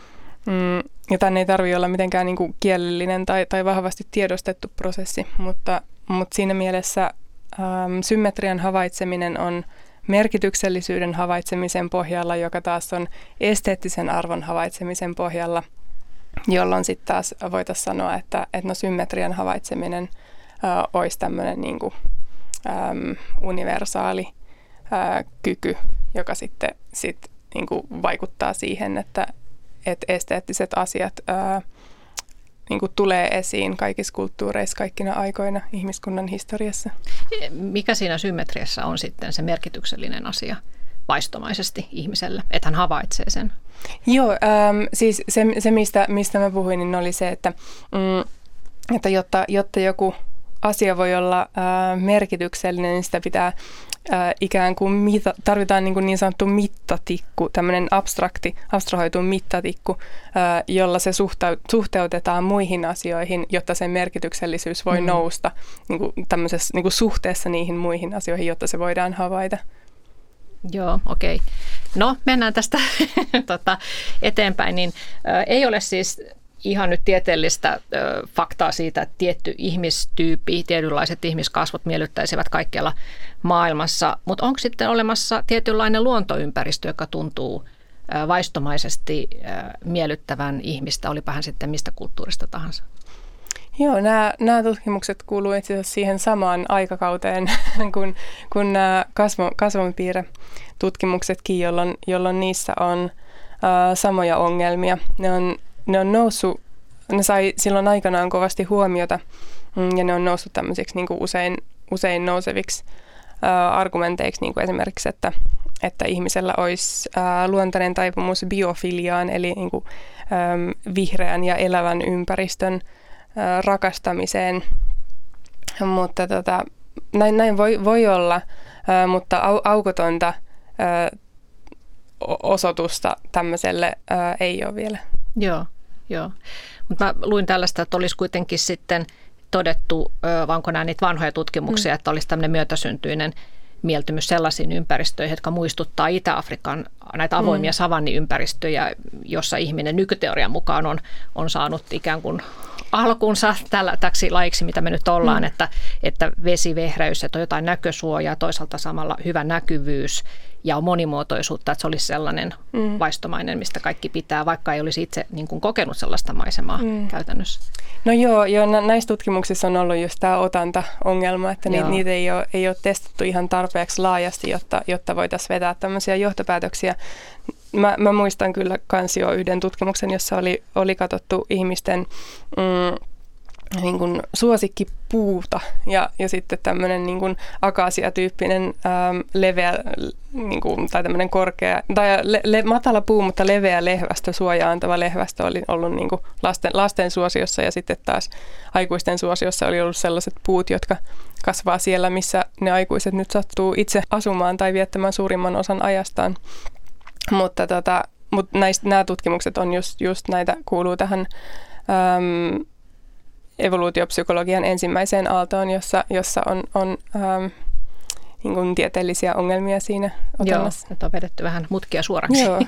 Mm, ja tänne ei tarvitse olla mitenkään niin kuin kielellinen tai, tai vahvasti tiedostettu prosessi, mutta, mutta siinä mielessä äm, symmetrian havaitseminen on merkityksellisyyden havaitsemisen pohjalla, joka taas on esteettisen arvon havaitsemisen pohjalla, jolloin sitten taas voitaisiin sanoa, että, että no symmetrian havaitseminen ä, olisi tämmöinen niin kuin, äm, universaali ä, kyky, joka sitten sit, niin kuin vaikuttaa siihen, että että esteettiset asiat ää, niin kuin tulee esiin kaikissa kulttuureissa kaikkina aikoina ihmiskunnan historiassa. Mikä siinä symmetriassa on sitten se merkityksellinen asia vaistomaisesti ihmiselle, että hän havaitsee sen? Joo, äm, siis se, se mistä, mistä mä puhuin, niin oli se, että, mm, että jotta, jotta joku asia voi olla ää, merkityksellinen, niin sitä pitää ää, ikään kuin mita, tarvitaan niin, kuin niin sanottu mittatikku, tämmöinen abstrakti, abstrahoitu mittatikku, ää, jolla se suhta, suhteutetaan muihin asioihin, jotta sen merkityksellisyys voi mm. nousta niin kuin tämmöisessä niin kuin suhteessa niihin muihin asioihin, jotta se voidaan havaita. Joo, okei. Okay. No, mennään tästä tota, eteenpäin. Niin, ä, ei ole siis ihan nyt tieteellistä ö, faktaa siitä, että tietty ihmistyyppi, tietynlaiset ihmiskasvot miellyttäisivät kaikkialla maailmassa, mutta onko sitten olemassa tietynlainen luontoympäristö, joka tuntuu ö, vaistomaisesti ö, miellyttävän ihmistä, olipa hän sitten mistä kulttuurista tahansa? Joo, nämä, nämä tutkimukset kuuluvat itse asiassa siihen samaan aikakauteen kuin, kuin nämä kasvo, kasvopiirretutkimuksetkin, jolloin, jolloin niissä on ö, samoja ongelmia. Ne on Ne on noussut, ne sai silloin aikanaan kovasti huomiota ja ne on noussut tämmöisiksi niin kuin usein, usein nouseviksi ää, argumenteiksi, niin kuin esimerkiksi, että, että ihmisellä olisi ää, luontainen taipumus biofiliaan, eli niin kuin, äm, vihreän ja elävän ympäristön ää, rakastamiseen. Mutta tota, näin, näin voi, voi olla, ää, mutta au, aukotonta ää, osoitusta tämmöiselle ää, ei ole vielä. Joo, joo. Mutta mä luin tällaista, että olisi kuitenkin sitten todettu, vai onko nämä niitä vanhoja tutkimuksia, mm. että olisi tämmöinen myötäsyntyinen mieltymys sellaisiin ympäristöihin, jotka muistuttaa Itä-Afrikan näitä avoimia mm. savanniympäristöjä, jossa ihminen nykyteorian mukaan on, on saanut ikään kuin alkunsa tällä, täksi lajiksi, mitä me nyt ollaan, mm. että, että vesivehreys, että on jotain näkösuojaa, toisaalta samalla hyvä näkyvyys ja on monimuotoisuutta, että se olisi sellainen mm. vaistomainen, mistä kaikki pitää, vaikka ei olisi itse niin kuin kokenut sellaista maisemaa mm. käytännössä. No joo, joo, näissä tutkimuksissa on ollut just tämä otanta-ongelma, että niitä, niitä ei, ole, ei ole testattu ihan tarpeeksi laajasti, jotta, jotta voitaisiin vetää tämmöisiä johtopäätöksiä. Mä, mä muistan kyllä kans jo yhden tutkimuksen, jossa oli, oli katsottu ihmisten mm, niin kuin suosikkipuuta ja, ja sitten tämmöinen niin kuin akasia-tyyppinen ähm, leveä niin kuin, tai tämmöinen korkea, tai le, le, matala puu, mutta leveä lehvästö, suoja-antava lehvästö oli ollut niin kuin lasten, lasten suosiossa ja sitten taas aikuisten suosiossa oli ollut sellaiset puut, jotka kasvaa siellä, missä ne aikuiset nyt sattuu itse asumaan tai viettämään suurimman osan ajastaan. Mutta tota, mut näistä, nämä tutkimukset on just, just näitä, kuuluu tähän äm, evoluutiopsykologian ensimmäiseen aaltoon, jossa, jossa on, on äm, niin kuin tieteellisiä ongelmia siinä otannassa. Joo, nyt on vedetty vähän mutkia suoraksi. Joo.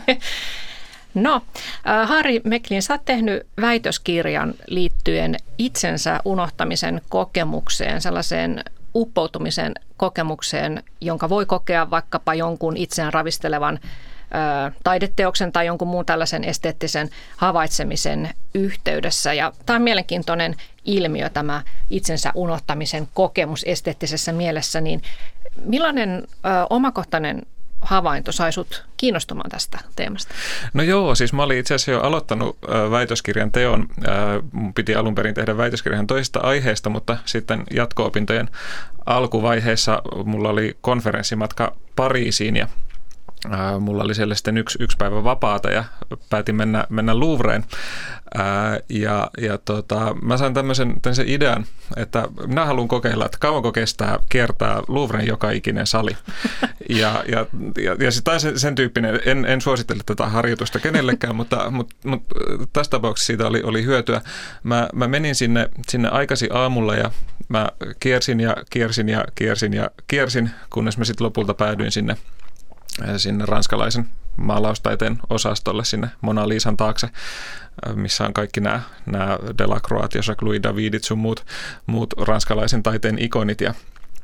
No, äh, Harri Meklin, sä oot tehnyt väitöskirjan liittyen itsensä unohtamisen kokemukseen, sellaiseen uppoutumisen kokemukseen, jonka voi kokea vaikkapa jonkun itseään ravistelevan taideteoksen tai jonkun muun tällaisen esteettisen havaitsemisen yhteydessä. Ja tämä on mielenkiintoinen ilmiö, tämä itsensä unohtamisen kokemus esteettisessä mielessä. Niin millainen ö, omakohtainen havainto sai sut kiinnostumaan tästä teemasta? No joo, siis mä olin itse asiassa jo aloittanut äh, väitöskirjan teon. Äh, mun piti alun perin tehdä väitöskirjan toisesta aiheesta, mutta sitten jatko-opintojen alkuvaiheessa mulla oli konferenssimatka Pariisiin ja Äh, mulla oli siellä sitten yksi, yksi päivä vapaata ja päätin mennä, mennä Louvreen. Äh, ja ja tota, mä sain tämmöisen, tämmöisen idean, että minä haluan kokeilla, että kauanko kestää kiertää Louvren joka ikinen sali. ja ja, ja, ja sitten sen, sen tyyppinen, en, en suosittele tätä harjoitusta kenellekään, mutta, mutta, mutta tässä tapauksessa siitä oli, oli hyötyä. Mä, mä menin sinne, sinne aikaisin aamulla ja mä kiersin ja kiersin ja kiersin ja kiersin, kunnes mä sitten lopulta päädyin sinne sinne ranskalaisen maalaustaiteen osastolle, sinne Mona Lisan taakse, missä on kaikki nämä, nämä Delacroix ja Jacques-Louis Davidit sun muut, muut ranskalaisen taiteen ikonit. Ja,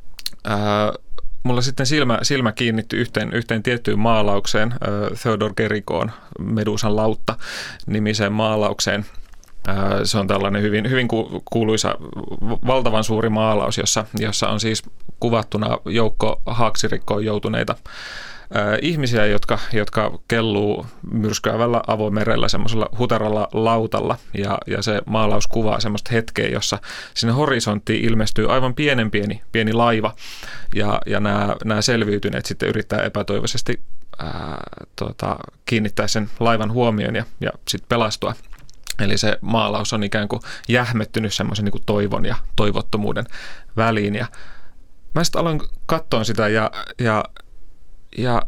ää, mulla sitten silmä, silmä kiinnittyi yhteen, yhteen tiettyyn maalaukseen, ää, Theodore Géricault'n Medusan lautta -nimiseen maalaukseen. Ää, se on tällainen hyvin, hyvin kuuluisa, valtavan suuri maalaus, jossa, jossa on siis kuvattuna joukko haaksirikkoon joutuneita ihmisiä, jotka, jotka kelluu myrskyävällä avomerellä semmoisella huteralla lautalla ja, ja se maalaus kuvaa semmoista hetkeä, jossa sinne horisonttiin ilmestyy aivan pienen pieni, pieni laiva ja, ja nämä, nämä selviytyneet sitten yrittää epätoivoisesti ää, tota, kiinnittää sen laivan huomioon ja, ja sitten pelastua. Eli se maalaus on ikään kuin jähmettynyt semmoisen niin kuin toivon ja toivottomuuden väliin ja mä sitten aloin katsoa sitä ja, ja Ja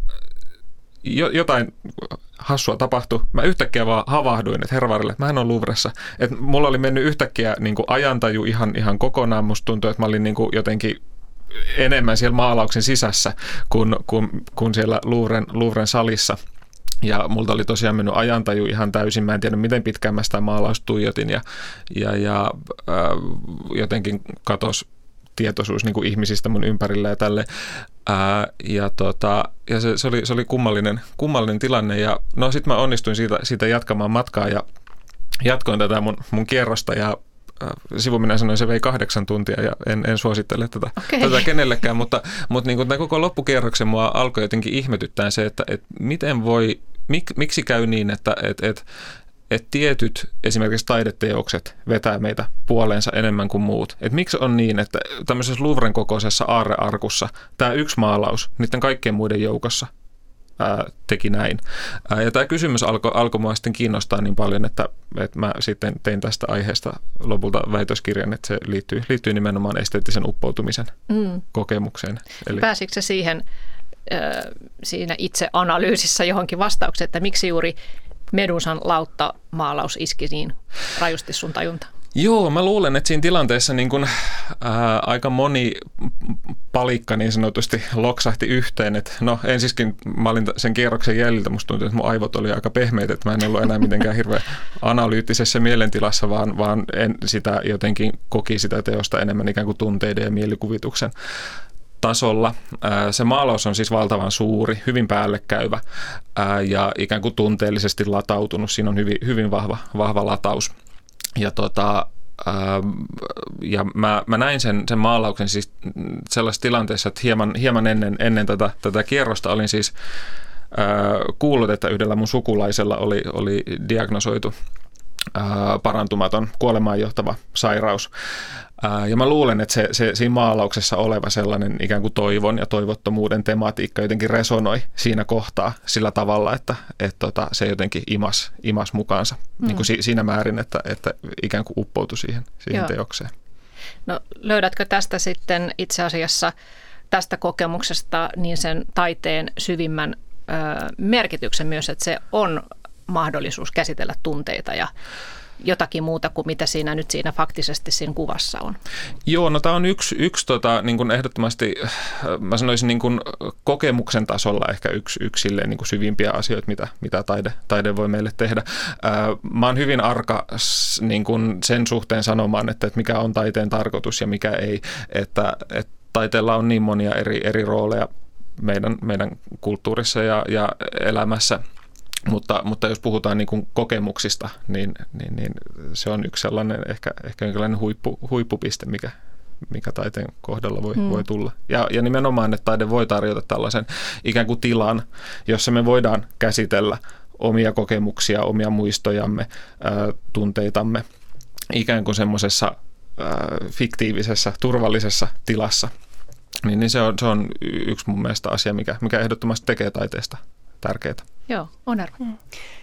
jotain hassua tapahtui. Mä yhtäkkiä vaan havahduin, että herravarille, että mähän on Louvressa. Että mulla oli mennyt yhtäkkiä niin kuin ajantaju ihan, ihan kokonaan. Musta tuntui, että mä olin niin kuin jotenkin enemmän siellä maalauksen sisässä kuin, kuin, kuin siellä Louvren, Louvren salissa. Ja multa oli tosiaan mennyt ajantaju ihan täysin. Mä en tiedä, miten pitkään mä sitä maalausta tuijotin. Ja, ja, ja äh, jotenkin katosi tietoisuus niin kuin ihmisistä mun ympärillä ja tälle. Ää, ja tota, ja se, se, oli, se oli kummallinen, kummallinen tilanne. Ja no sit mä onnistuin siitä, siitä jatkamaan matkaa ja jatkoin tätä mun, mun kierrosta ja äh, sivuminen sanoin, se vei kahdeksan tuntia ja en, en suosittele tätä, okay. tätä kenellekään, mutta, mutta niin kuin tämän koko loppukierroksen mua alkoi jotenkin ihmetyttää se, että, että miten voi, mik, miksi käy niin, että että että että tietyt esimerkiksi taideteokset vetää meitä puoleensa enemmän kuin muut. Että miksi on niin, että tämmöisessä Louvren kokoisessa aarrearkussa tämä yksi maalaus niiden kaikkien muiden joukossa ää, teki näin. Ää, ja tämä kysymys alkoi alko mua sitten kiinnostaa niin paljon, että, että mä sitten tein tästä aiheesta lopulta väitöskirjan, että se liittyy, liittyy nimenomaan esteettisen uppoutumisen mm. kokemukseen. Eli pääsitkö se siihen äh, siinä itse analyysissä johonkin vastaukseen, että miksi juuri Medusan lautta-maalaus iski niin rajusti sun tajuntaan? Joo, mä luulen, että siinä tilanteessa niin kun, ää, aika moni palikka niin sanotusti loksahti yhteen. Et no ensiskin mä olin sen kierroksen jäljiltä, musta tuntui, että mun aivot oli aika pehmeitä, että mä en ollut enää mitenkään hirveän analyyttisessä mielentilassa, vaan, vaan en sitä jotenkin koki sitä teosta enemmän ikään kuin tunteiden ja mielikuvituksen tasolla. Se maalaus on siis valtavan suuri, hyvin päällekkäyvä ja ikään kuin tunteellisesti latautunut. Siinä on hyvin, hyvin vahva, vahva lataus. Ja, tota, ja mä, mä näin sen, sen maalauksen siis sellaisessa tilanteessa, että hieman, hieman ennen, ennen tätä, tätä kierrosta olin siis kuullut, että yhdellä mun sukulaisella oli, oli diagnosoitu parantumaton kuolemaan johtava sairaus. Ja mä luulen, että se, se siinä maalauksessa oleva sellainen ikään kuin toivon ja toivottomuuden tematiikka jotenkin resonoi siinä kohtaa sillä tavalla, että, että tota, se jotenkin imas, imas mukaansa mm. niin kuin si, siinä määrin, että, että ikään kuin uppoutui siihen, siihen teokseen. No löydätkö tästä sitten itse asiassa tästä kokemuksesta niin sen taiteen syvimmän ö, merkityksen myös, että se on mahdollisuus käsitellä tunteita ja jotakin muuta kuin mitä siinä nyt siinä faktisesti siinä kuvassa on? Joo, no tämä on yksi, yksi tota, niin kuin ehdottomasti, mä sanoisin niin kuin kokemuksen tasolla ehkä yksi, yksi silleen, niin kuin syvimpiä asioita, mitä, mitä taide, taide voi meille tehdä. Ää, mä oon hyvin arka niin kuin sen suhteen sanomaan, että, että mikä on taiteen tarkoitus ja mikä ei, että, että taiteella on niin monia eri, eri rooleja meidän, meidän kulttuurissa ja, ja elämässä. Mutta, mutta jos puhutaan niin kuin kokemuksista, niin, niin, niin se on yksi sellainen ehkä, ehkä jonkinlainen huippu, huippupiste, mikä, mikä taiteen kohdalla voi, hmm. voi tulla. Ja, ja nimenomaan, että taide voi tarjota tällaisen ikään kuin tilan, jossa me voidaan käsitellä omia kokemuksia, omia muistojamme, ää, tunteitamme ikään kuin semmoisessa ää, fiktiivisessä, turvallisessa tilassa. Niin, niin se, on, se on yksi mun mielestä asia, mikä, mikä ehdottomasti tekee taiteesta tärkeää. Joo, Onerva. Mm.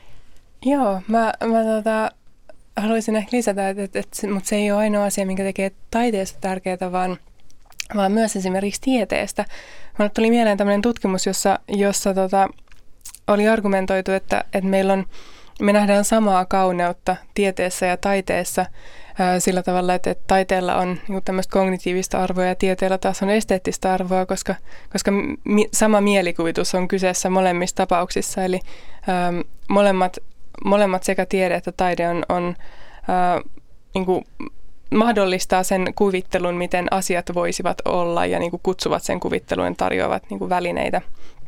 Joo, mä, mä tota, haluaisin ehkä lisätä, että, että, että mutta se ei ole ainoa asia, mikä tekee taiteesta tärkeää, vaan, vaan myös esimerkiksi tieteestä. Mulle tuli mieleen tämmöinen tutkimus, jossa, jossa tota, oli argumentoitu, että, että meillä on, me nähdään samaa kauneutta tieteessä ja taiteessa ää, sillä tavalla, että, että taiteella on niin tämmöistä kognitiivista arvoa ja tieteellä taas on esteettistä arvoa, koska, koska mi, sama mielikuvitus on kyseessä molemmissa tapauksissa. Eli ää, molemmat, molemmat sekä tiede että taide on, on ää, niin kuin mahdollistaa sen kuvittelun, miten asiat voisivat olla ja niin kuin kutsuvat sen kuvittelun ja tarjoavat niin kuin välineitä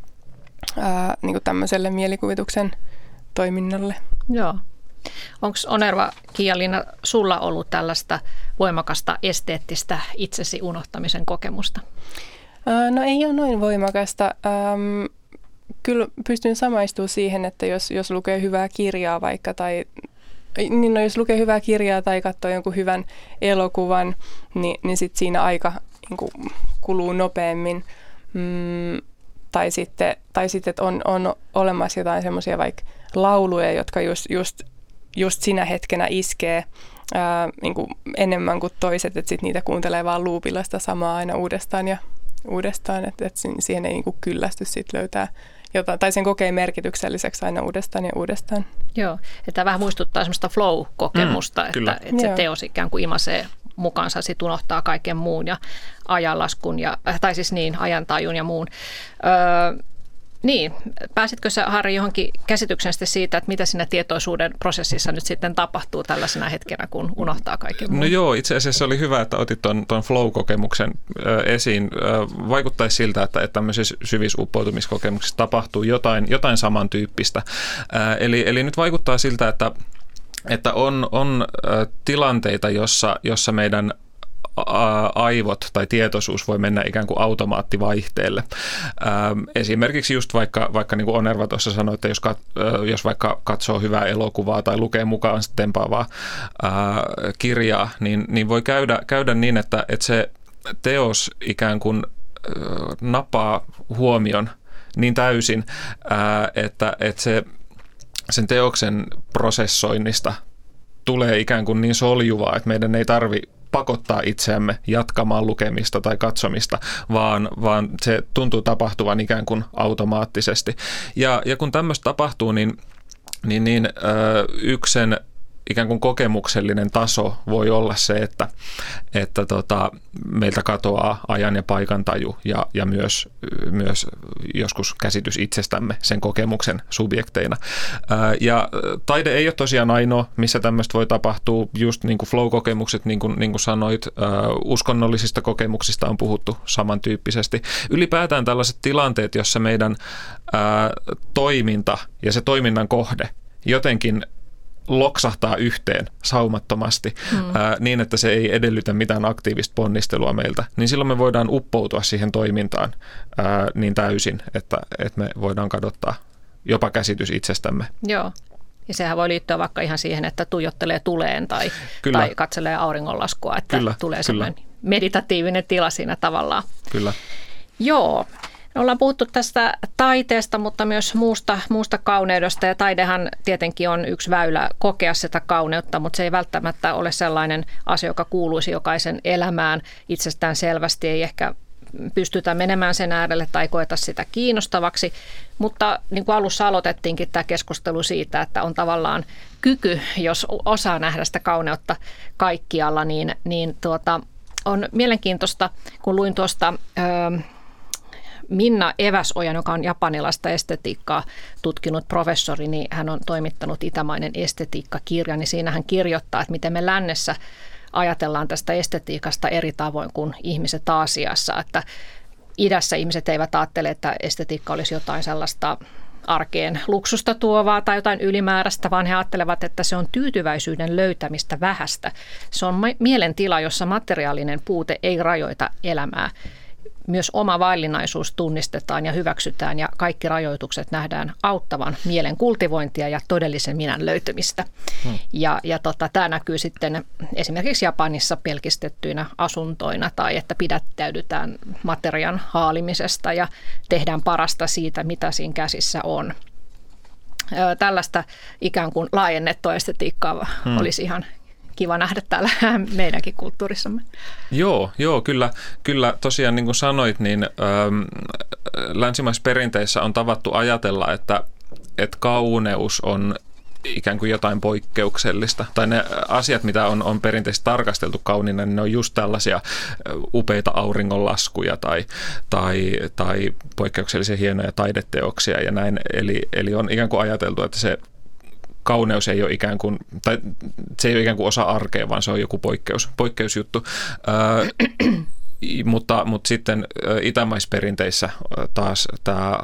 ää, niin kuin tämmöiselle mielikuvituksen toiminnalle. Joo. Onko Onerva, Kiia-Liina, sulla ollut tällaista voimakasta esteettistä itsesi unohtamisen kokemusta? Ää, no ei ole noin voimakasta. Ähm, kyllä pystyn samaistumaan siihen, että jos, jos lukee hyvää kirjaa vaikka tai niin no, jos lukee hyvää kirjaa tai katsoo jonkun hyvän elokuvan, niin, niin sit siinä aika niin kuin, kuluu nopeammin. Mm, tai sitten, tai sitten on, on olemassa jotain semmoisia vaikka lauluja, jotka just, just, just sinä hetkenä iskee ää, niin kuin enemmän kuin toiset, että sit niitä kuuntelee vaan loopilla sitä samaa aina uudestaan ja uudestaan, että, että siihen ei niin kuin kyllästy sit löytää jotain, tai sen kokee merkitykselliseksi aina uudestaan ja uudestaan. Joo, että vähän muistuttaa semmoista flow-kokemusta, mm, että, että se teos ikään kuin imasee mukaansa, sit unohtaa kaiken muun ja ajanlaskun, ja, tai siis niin, ajantajun ja muun. Öö, niin, pääsitkö sä, Harri, johonkin käsitykseen siitä, että mitä siinä tietoisuuden prosessissa nyt sitten tapahtuu tällaisena hetkenä, kun unohtaa kaiken muun? No joo, itse asiassa oli hyvä, että otit tuon, tuon flow-kokemuksen ö, esiin. Ö, vaikuttaisi siltä, että, että tämmöisissä syvissä uppoutumiskokemuksissa tapahtuu jotain, jotain samantyyppistä. Ö, eli, eli nyt vaikuttaa siltä, että että on, on ö, tilanteita, jossa, jossa meidän aivot tai tietoisuus voi mennä ikään kuin automaattivaihteelle. Esimerkiksi just vaikka, vaikka niin kuin Onerva tuossa sanoi, että jos, kat, jos vaikka katsoo hyvää elokuvaa tai lukee mukaan tempaavaa kirjaa, niin, niin voi käydä, käydä niin, että, että se teos ikään kuin nappaa huomion niin täysin, ää, että, että se, sen teoksen prosessoinnista tulee ikään kuin niin soljuvaa, että meidän ei tarvitse pakottaa itseämme jatkamaan lukemista tai katsomista, vaan, vaan se tuntuu tapahtuvan ikään kuin automaattisesti. Ja, ja kun tämmöistä tapahtuu, niin, niin, niin ö, yksi sen ikään kuin kokemuksellinen taso voi olla se, että, että tota, meiltä katoaa ajan ja paikan taju ja, ja myös, myös joskus käsitys itsestämme sen kokemuksen subjekteina. Ää, ja taide ei ole tosiaan ainoa, missä tämmöistä voi tapahtua. Just niin kuin flow-kokemukset, niin kuin, niin kuin sanoit, ää, uskonnollisista kokemuksista on puhuttu samantyyppisesti. Ylipäätään tällaiset tilanteet, jossa meidän ää, toiminta ja se toiminnan kohde jotenkin loksahtaa yhteen saumattomasti hmm. ää, niin, että se ei edellytä mitään aktiivista ponnistelua meiltä, niin silloin me voidaan uppoutua siihen toimintaan ää, niin täysin, että, että me voidaan kadottaa jopa käsitys itsestämme. Joo. Ja sehän voi liittyä vaikka ihan siihen, että tuijottelee tuleen tai, tai katselee auringonlaskua, että kyllä, tulee sellainen kyllä. meditatiivinen tila siinä tavallaan. Kyllä. Joo. Me ollaan puhuttu tästä taiteesta, mutta myös muusta, muusta kauneudesta, ja taidehan tietenkin on yksi väylä kokea sitä kauneutta, mutta se ei välttämättä ole sellainen asia, joka kuuluisi jokaisen elämään itsestään selvästi. Ei ehkä pystytä menemään sen äärelle tai koeta sitä kiinnostavaksi, mutta niin kuin alussa aloitettiinkin tämä keskustelu siitä, että on tavallaan kyky, jos osaa nähdä sitä kauneutta kaikkialla, niin, niin tuota, on mielenkiintoista, kun luin tuosta Öö, Minna Eväsojan, joka on japanilaista estetiikkaa tutkinut professori, niin hän on toimittanut Itämainen estetiikka-kirja, niin siinä hän kirjoittaa, että miten me lännessä ajatellaan tästä estetiikasta eri tavoin kuin ihmiset Aasiassa, että idässä ihmiset eivät ajattele, että estetiikka olisi jotain sellaista arkeen luksusta tuovaa tai jotain ylimääräistä, vaan he ajattelevat, että se on tyytyväisyyden löytämistä vähästä. Se on mielentila, jossa materiaalinen puute ei rajoita elämää. Myös oma vaillinaisuus tunnistetaan ja hyväksytään ja kaikki rajoitukset nähdään auttavan mielen kultivointia ja todellisen minän löytymistä. Hmm. Ja, ja tota, tämä näkyy sitten esimerkiksi Japanissa pelkistettyinä asuntoina tai että pidättäydytään materian haalimisesta ja tehdään parasta siitä, mitä siinä käsissä on. Tällaista ikään kuin laajennettua estetiikkaa hmm. olisi ihan kiva nähdä täällä meidänkin kulttuurissamme. Joo, joo kyllä, kyllä tosiaan niin kuin sanoit, niin ähm, länsimaisissa perinteissä on tavattu ajatella, että, että kauneus on ikään kuin jotain poikkeuksellista. Tai ne asiat, mitä on, on perinteisesti tarkasteltu kauniina, niin ne on just tällaisia upeita auringonlaskuja tai, tai, tai poikkeuksellisia hienoja taideteoksia ja näin. Eli, eli on ikään kuin ajateltu, että se kauneus ei ole ikään kuin, tai se ei ole ikään kuin osa arkea, vaan se on joku poikkeus, poikkeusjuttu. Ö, mutta, mutta sitten itämaisperinteissä taas tämä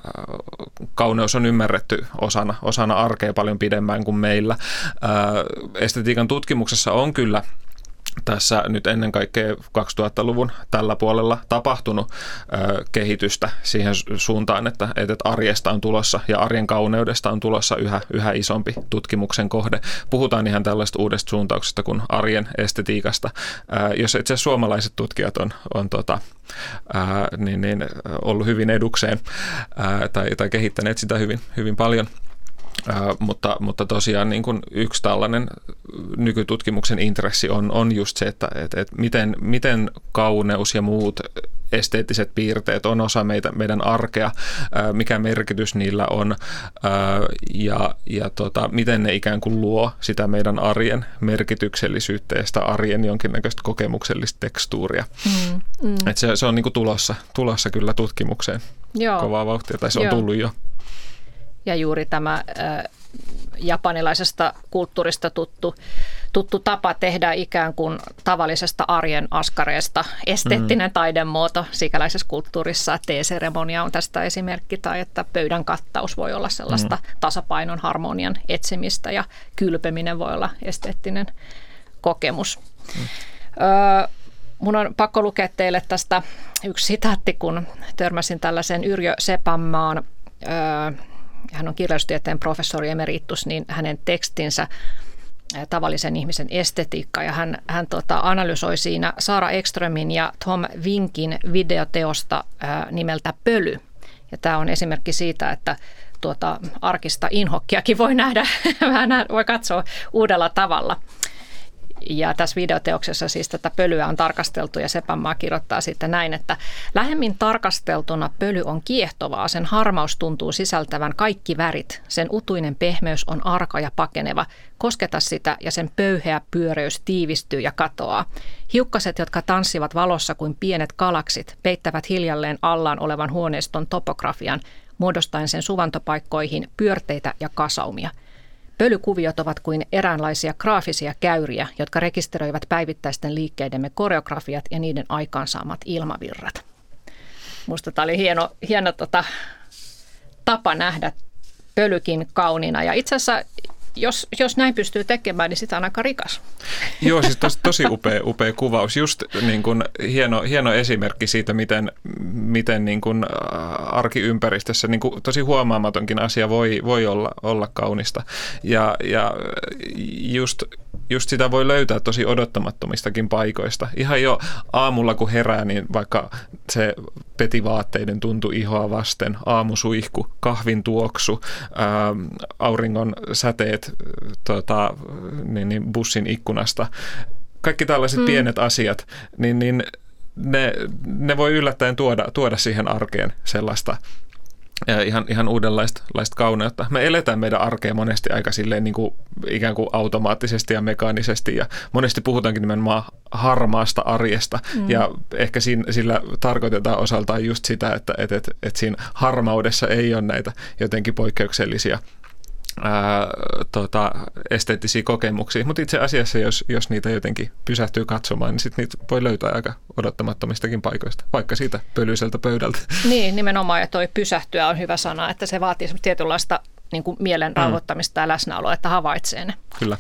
kauneus on ymmärretty osana, osana arkea paljon pidemmän kuin meillä. Ö, estetiikan tutkimuksessa on kyllä tässä nyt ennen kaikkea kaksituhattaluvun tällä puolella tapahtunut ö, kehitystä siihen suuntaan, että, että arjesta on tulossa ja arjen kauneudesta on tulossa yhä, yhä isompi tutkimuksen kohde. Puhutaan ihan tällaista uudesta suuntauksesta kuin arjen estetiikasta. Ö, jos itse asiassa suomalaiset tutkijat on, on tota, ö, niin, niin, ollut hyvin edukseen ö, tai, tai kehittäneet sitä hyvin, hyvin paljon. Uh, mutta, mutta tosiaan niin kuin yksi tällainen nykytutkimuksen intressi on, on just se, että et, et miten, miten kauneus ja muut esteettiset piirteet on osa meitä, meidän arkea, uh, mikä merkitys niillä on uh, ja, ja tota, miten ne ikään kuin luo sitä meidän arjen merkityksellisyyttä ja sitä arjen jonkinnäköistä kokemuksellista tekstuuria. Mm, mm. Et se, se on niin kuin tulossa, tulossa kyllä tutkimukseen. Joo. Kovaa vauhtia, tai se on Joo. tullut jo. Ja juuri tämä ä, japanilaisesta kulttuurista tuttu, tuttu tapa tehdä ikään kuin tavallisesta arjen askareesta esteettinen mm. taidemuoto sikäläisessä kulttuurissa. Teeseremonia on tästä esimerkki, tai että pöydän kattaus voi olla sellaista mm. tasapainon harmonian etsimistä ja kylpeminen voi olla esteettinen kokemus. Mm. Ö, mun on pakko lukea teille tästä yksi sitaatti, kun törmäsin tällaisen Yrjö Sepänmaan ö, hän on kirjallisuustieteen professori emeritus, niin hänen tekstinsä Tavallisen ihmisen estetiikka, ja hän, hän tota, analysoi siinä Sara Ekströmin ja Tom Winkin videoteosta ää, nimeltä Pöly. Ja tämä on esimerkki siitä, että tuota arkista inhokkiakin voi nähdä, voi katsoa uudella tavalla. Ja tässä videoteoksessa siis tätä pölyä on tarkasteltu ja Sepanmaa kirjoittaa sitten näin, että lähemmin tarkasteltuna pöly on kiehtovaa, sen harmaus tuntuu sisältävän kaikki värit, sen utuinen pehmeys on arka ja pakeneva, kosketa sitä ja sen pöyheä pyöreys tiivistyy ja katoaa. Hiukkaset, jotka tanssivat valossa kuin pienet galaksit, peittävät hiljalleen allaan olevan huoneiston topografian, muodostaen sen suvantopaikkoihin pyörteitä ja kasaumia. Pölykuviot ovat kuin eräänlaisia graafisia käyriä, jotka rekisteröivät päivittäisten liikkeidemme koreografiat ja niiden aikaansaamat ilmavirrat. Minusta tämä oli hieno, hieno tota, tapa nähdä pölykin kauniina. Ja itse asiassa, jos, jos näin pystyy tekemään, niin sitä on aika rikas. Joo, siis tos, tosi upea, upea kuvaus. Just niin kuin hieno, hieno esimerkki siitä, miten, miten niin kuin arkiympäristössä niin kuin tosi huomaamatonkin asia voi, voi olla, olla kaunista. Ja, ja just, just sitä voi löytää tosi odottamattomistakin paikoista. Ihan jo aamulla, kun herää, niin vaikka se petivaatteiden tuntu ihoa vasten, aamusuihku, kahvin tuoksu, ää, auringon säteet tota, niin, niin bussin ikkunasta. Kaikki tällaiset mm. pienet asiat, niin, niin ne, ne voi yllättäen tuoda, tuoda siihen arkeen sellaista ihan, ihan uudenlaista kauneutta. Me eletään meidän arkea monesti aika silleen niin kuin ikään kuin automaattisesti ja mekaanisesti ja monesti puhutaankin nimenomaan harmaasta arjesta mm. ja ehkä siinä, sillä tarkoitetaan osaltaan just sitä, että, että, että, että siinä harmaudessa ei ole näitä jotenkin poikkeuksellisia Ää, tota, esteettisiä kokemuksia, mutta itse asiassa, jos, jos niitä jotenkin pysähtyy katsomaan, niin sitten niitä voi löytää aika odottamattomistakin paikoista, vaikka siitä pölyiseltä pöydältä. Niin, nimenomaan, ja toi pysähtyä on hyvä sana, että se vaatii tietynlaista niin kuin mielen rauhoittamista mm. ja läsnäoloa, että havaitsee ne. Kyllä.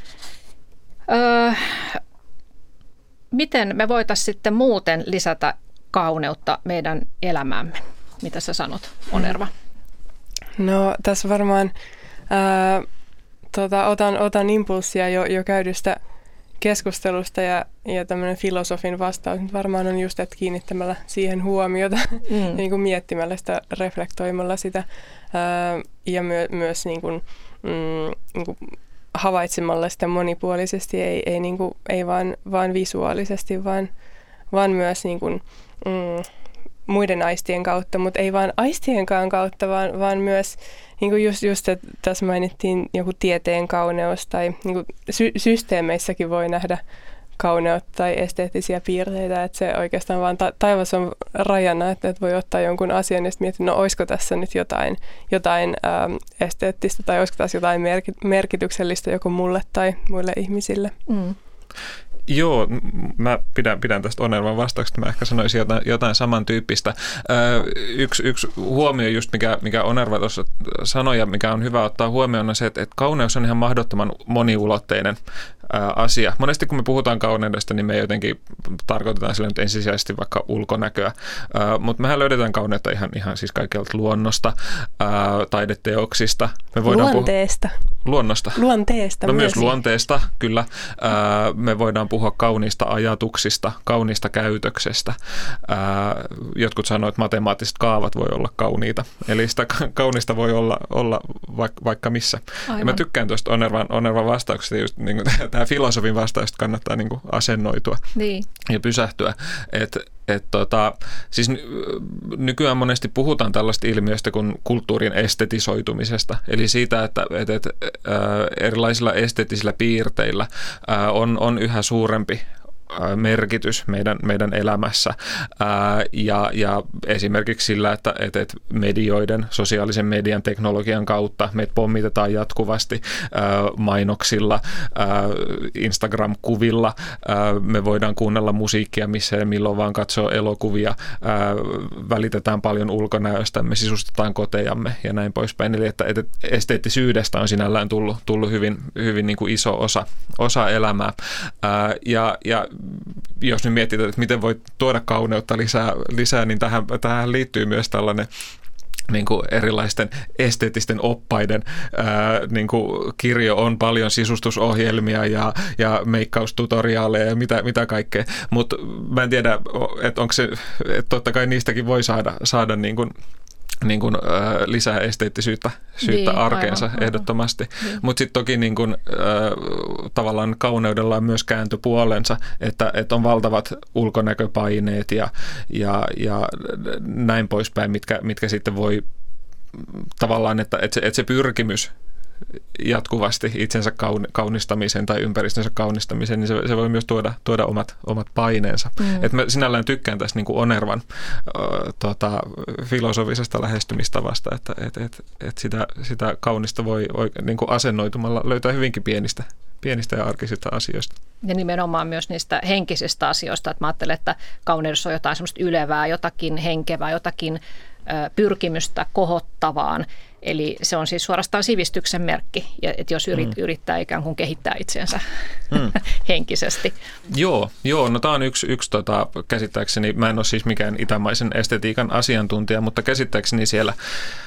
Öö, miten me voitaisiin sitten muuten lisätä kauneutta meidän elämäämme? Mitä sä sanot, Onerva? No, tässä varmaan Ää, tota, otan, otan impulssia jo, jo käydystä keskustelusta ja, ja tämmöinen filosofin vastaus nyt varmaan on just, että kiinnittämällä siihen huomiota, mm. niin kuin miettimällä sitä, reflektoimalla sitä ää, ja myö, myös niin kuin, mm, niin kuin havaitsemalla sitä monipuolisesti, ei, ei, niin kuin, ei vaan, vaan visuaalisesti, vaan, vaan myös niin kuin, mm, muiden aistien kautta, mutta ei vaan aistienkaan kautta, vaan, vaan myös niin kuin just, just että tässä mainittiin joku tieteen kauneus tai niin kuin sy- systeemeissäkin voi nähdä kauneutta tai esteettisiä piirteitä, että se oikeastaan vaan ta- taivas on rajana, että, että voi ottaa jonkun asian ja sitten miettiä, no olisiko tässä nyt jotain, jotain ähm, esteettistä tai olisiko tässä jotain merki- merkityksellistä joko mulle tai muille ihmisille. Mm. Joo, mä pidän, pidän tästä Onervan vastauksesta. Mä ehkä sanoisin jotain, jotain samantyyppistä. Öö, yksi, yksi huomio just, mikä, mikä Onerva tuossa sanoi ja mikä on hyvä ottaa huomioon, on se, että, että kauneus on ihan mahdottoman moniulotteinen ää, asia. Monesti kun me puhutaan kauneudesta, niin me jotenkin tarkoitetaan sillä nyt ensisijaisesti vaikka ulkonäköä, ää, mutta mehän löydetään kauneutta ihan, ihan siis kaikkialta luonnosta, ää, taideteoksista. Me luonteesta. Puh- luonnosta. Luonteesta. No myös, myös luonteesta, kyllä. Ää, me voidaan puhua kauniista ajatuksista, kauniista käytöksestä. Ää, jotkut sanoo, että matemaattiset kaavat voi olla kauniita. Eli sitä kaunista voi olla, olla vaikka, vaikka missä. Ja mä tykkään tuosta Onervan, Onervan vastauksesta, just niin kuin tämä filosofin vastauksesta kannattaa niin kuin asennoitua niin. ja pysähtyä. Että et tota, siis nykyään monesti puhutaan tällaista ilmiöstä kuin kulttuurin estetisoitumisesta. Eli siitä, että et, et, ä, erilaisilla esteettisillä piirteillä ä, on, on yhä suurempi merkitys meidän, meidän elämässä ää, ja, ja esimerkiksi sillä, että et, et medioiden, sosiaalisen median teknologian kautta meitä pommitetaan jatkuvasti ää, mainoksilla, ää, Instagram-kuvilla, ää, me voidaan kuunnella musiikkia missä ja milloin vaan katsoa elokuvia, ää, välitetään paljon ulkonäöstä, me sisustetaan kotejamme ja näin poispäin. Eli että, että esteettisyydestä on sinällään tullut, tullut hyvin, hyvin niin kuin iso osa, osa elämää ää, ja, ja jos nyt mietitään, että miten voi tuoda kauneutta lisää, lisää niin tähän, tähän liittyy myös tällainen niin kuin erilaisten esteettisten oppaiden ää, niin kuin kirjo on paljon sisustusohjelmia ja, ja meikkaustutoriaaleja ja mitä, mitä kaikkea, mutta mä en tiedä, että onko se, että totta kai niistäkin voi saada, saada niin kuin niin kuin, äh, lisää esteettisyyttä syyttä niin, arkeensa aivan, ehdottomasti. niin. Mutta sitten toki niin kuin, äh, tavallaan kauneudella on myös kääntöpuolensa, että, että on valtavat ulkonäköpaineet ja, ja, ja näin poispäin, mitkä, mitkä sitten voi tavallaan, että, että, se, että se pyrkimys jatkuvasti itsensä kaunistamiseen tai ympäristönsä kaunistamiseen, niin se, se voi myös tuoda, tuoda omat, omat paineensa. Mm. Et mä sinällään tykkään tästä niin kuin Onervan äh, tota, filosofisesta lähestymistavasta, että et, et, et sitä, sitä kaunista voi, voi niin kuin asennoitumalla löytää hyvinkin pienistä, pienistä ja arkisista asioista. Ja nimenomaan myös niistä henkisistä asioista, että mä ajattelen, että kauneudessa on jotain semmoista ylevää, jotakin henkevää, jotakin ö, pyrkimystä kohottavaan. Eli se on siis suorastaan sivistyksen merkki, että jos yrit, mm. yrittää ikään kuin kehittää itseensä mm. henkisesti. Joo, joo, no tämä on yksi, yksi tota, käsittääkseni, mä en ole siis mikään itämaisen estetiikan asiantuntija, mutta käsittääkseni siellä,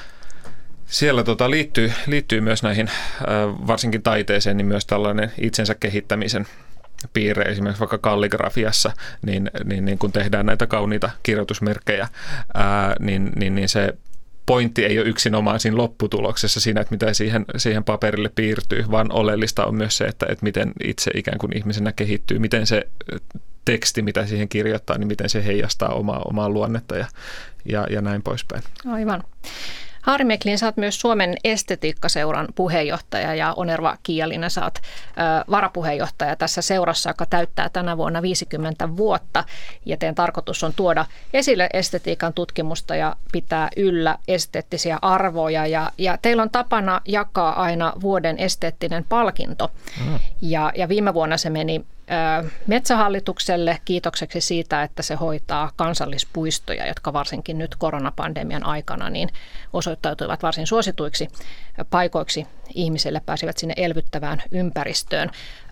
siellä tota, liittyy, liittyy myös näihin, äh, varsinkin taiteeseen, niin myös tällainen itsensä kehittämisen piirre, esimerkiksi vaikka kalligrafiassa, niin, niin, niin kun tehdään näitä kauniita kirjoitusmerkkejä, ää, niin, niin, niin se pointti ei ole yksinomaan siinä lopputuloksessa siinä, että mitä siihen, siihen paperille piirtyy, vaan oleellista on myös se, että, että miten itse ikään kuin ihmisenä kehittyy, miten se teksti, mitä siihen kirjoittaa, niin miten se heijastaa omaa, omaa luonnetta ja, ja, ja näin poispäin. Aivan. Harri Meklin, sä oot myös Suomen estetiikkaseuran puheenjohtaja ja Onerva Kiialina, sä oot ö, varapuheenjohtaja tässä seurassa, joka täyttää tänä vuonna viisikymmentä vuotta. Ja teidän tarkoitus on tuoda esille estetiikan tutkimusta ja pitää yllä esteettisiä arvoja. Ja, ja teillä on tapana jakaa aina vuoden esteettinen palkinto. Mm. Ja, ja viime vuonna se meni Metsähallitukselle kiitokseksi siitä, että se hoitaa kansallispuistoja, jotka varsinkin nyt koronapandemian aikana niin osoittautuivat varsin suosituiksi paikoiksi. Ihmisille pääsivät sinne elvyttävään ympäristöön.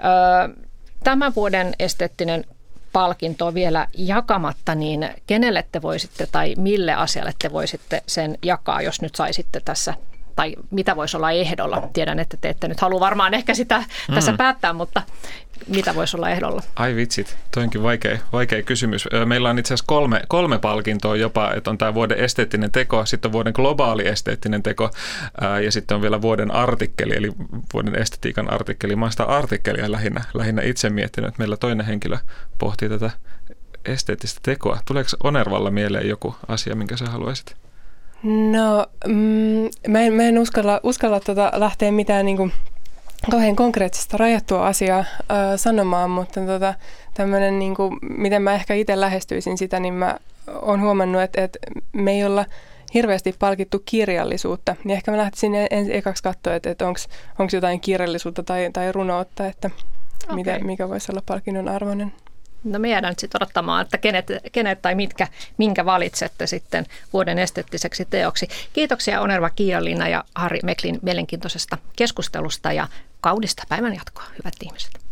Tämän vuoden esteettinen palkinto on vielä jakamatta, niin kenelle te voisitte tai mille asialle te voisitte sen jakaa, jos nyt saisitte tässä, tai mitä voisi olla ehdolla? Tiedän, että te ette nyt halua varmaan ehkä sitä mm. tässä päättää, mutta mitä voisi olla ehdolla? Ai vitsit, toi onkin vaikea, vaikea kysymys. Meillä on itse asiassa kolme, kolme palkintoa jopa, että on tämä vuoden esteettinen teko, sitten on vuoden globaali esteettinen teko ää, ja sitten on vielä vuoden artikkeli, eli vuoden estetiikan artikkeli. Mä oon sitä artikkelia lähinnä, lähinnä itse miettinyt, että meillä toinen henkilö pohtii tätä esteettistä tekoa. Tuleeko Onervalla mieleen joku asia, minkä sä haluaisit? No, mm, mä en, mä en uskalla, uskalla tota lähteä mitään niinku kauhean konkreettista rajattua asiaa äh, sanomaan, mutta tota, tämmöinen, niinku, miten mä ehkä itse lähestyisin sitä, niin mä oon huomannut, että, että me ei olla hirveästi palkittu kirjallisuutta. Niin ehkä mä lähtisin ensin ekaksi katsoa, että, että onko jotain kirjallisuutta tai, tai runoutta, että okay. mitä, mikä voisi olla palkinnon arvoinen. No me jäädään nyt sitten odottamaan, että kenet, kenet tai mitkä, minkä valitsette sitten vuoden esteettiseksi teoksi. Kiitoksia Onerva Kiialina ja Harri Meklin mielenkiintoisesta keskustelusta ja kaunista päivänjatkoa, hyvät ihmiset.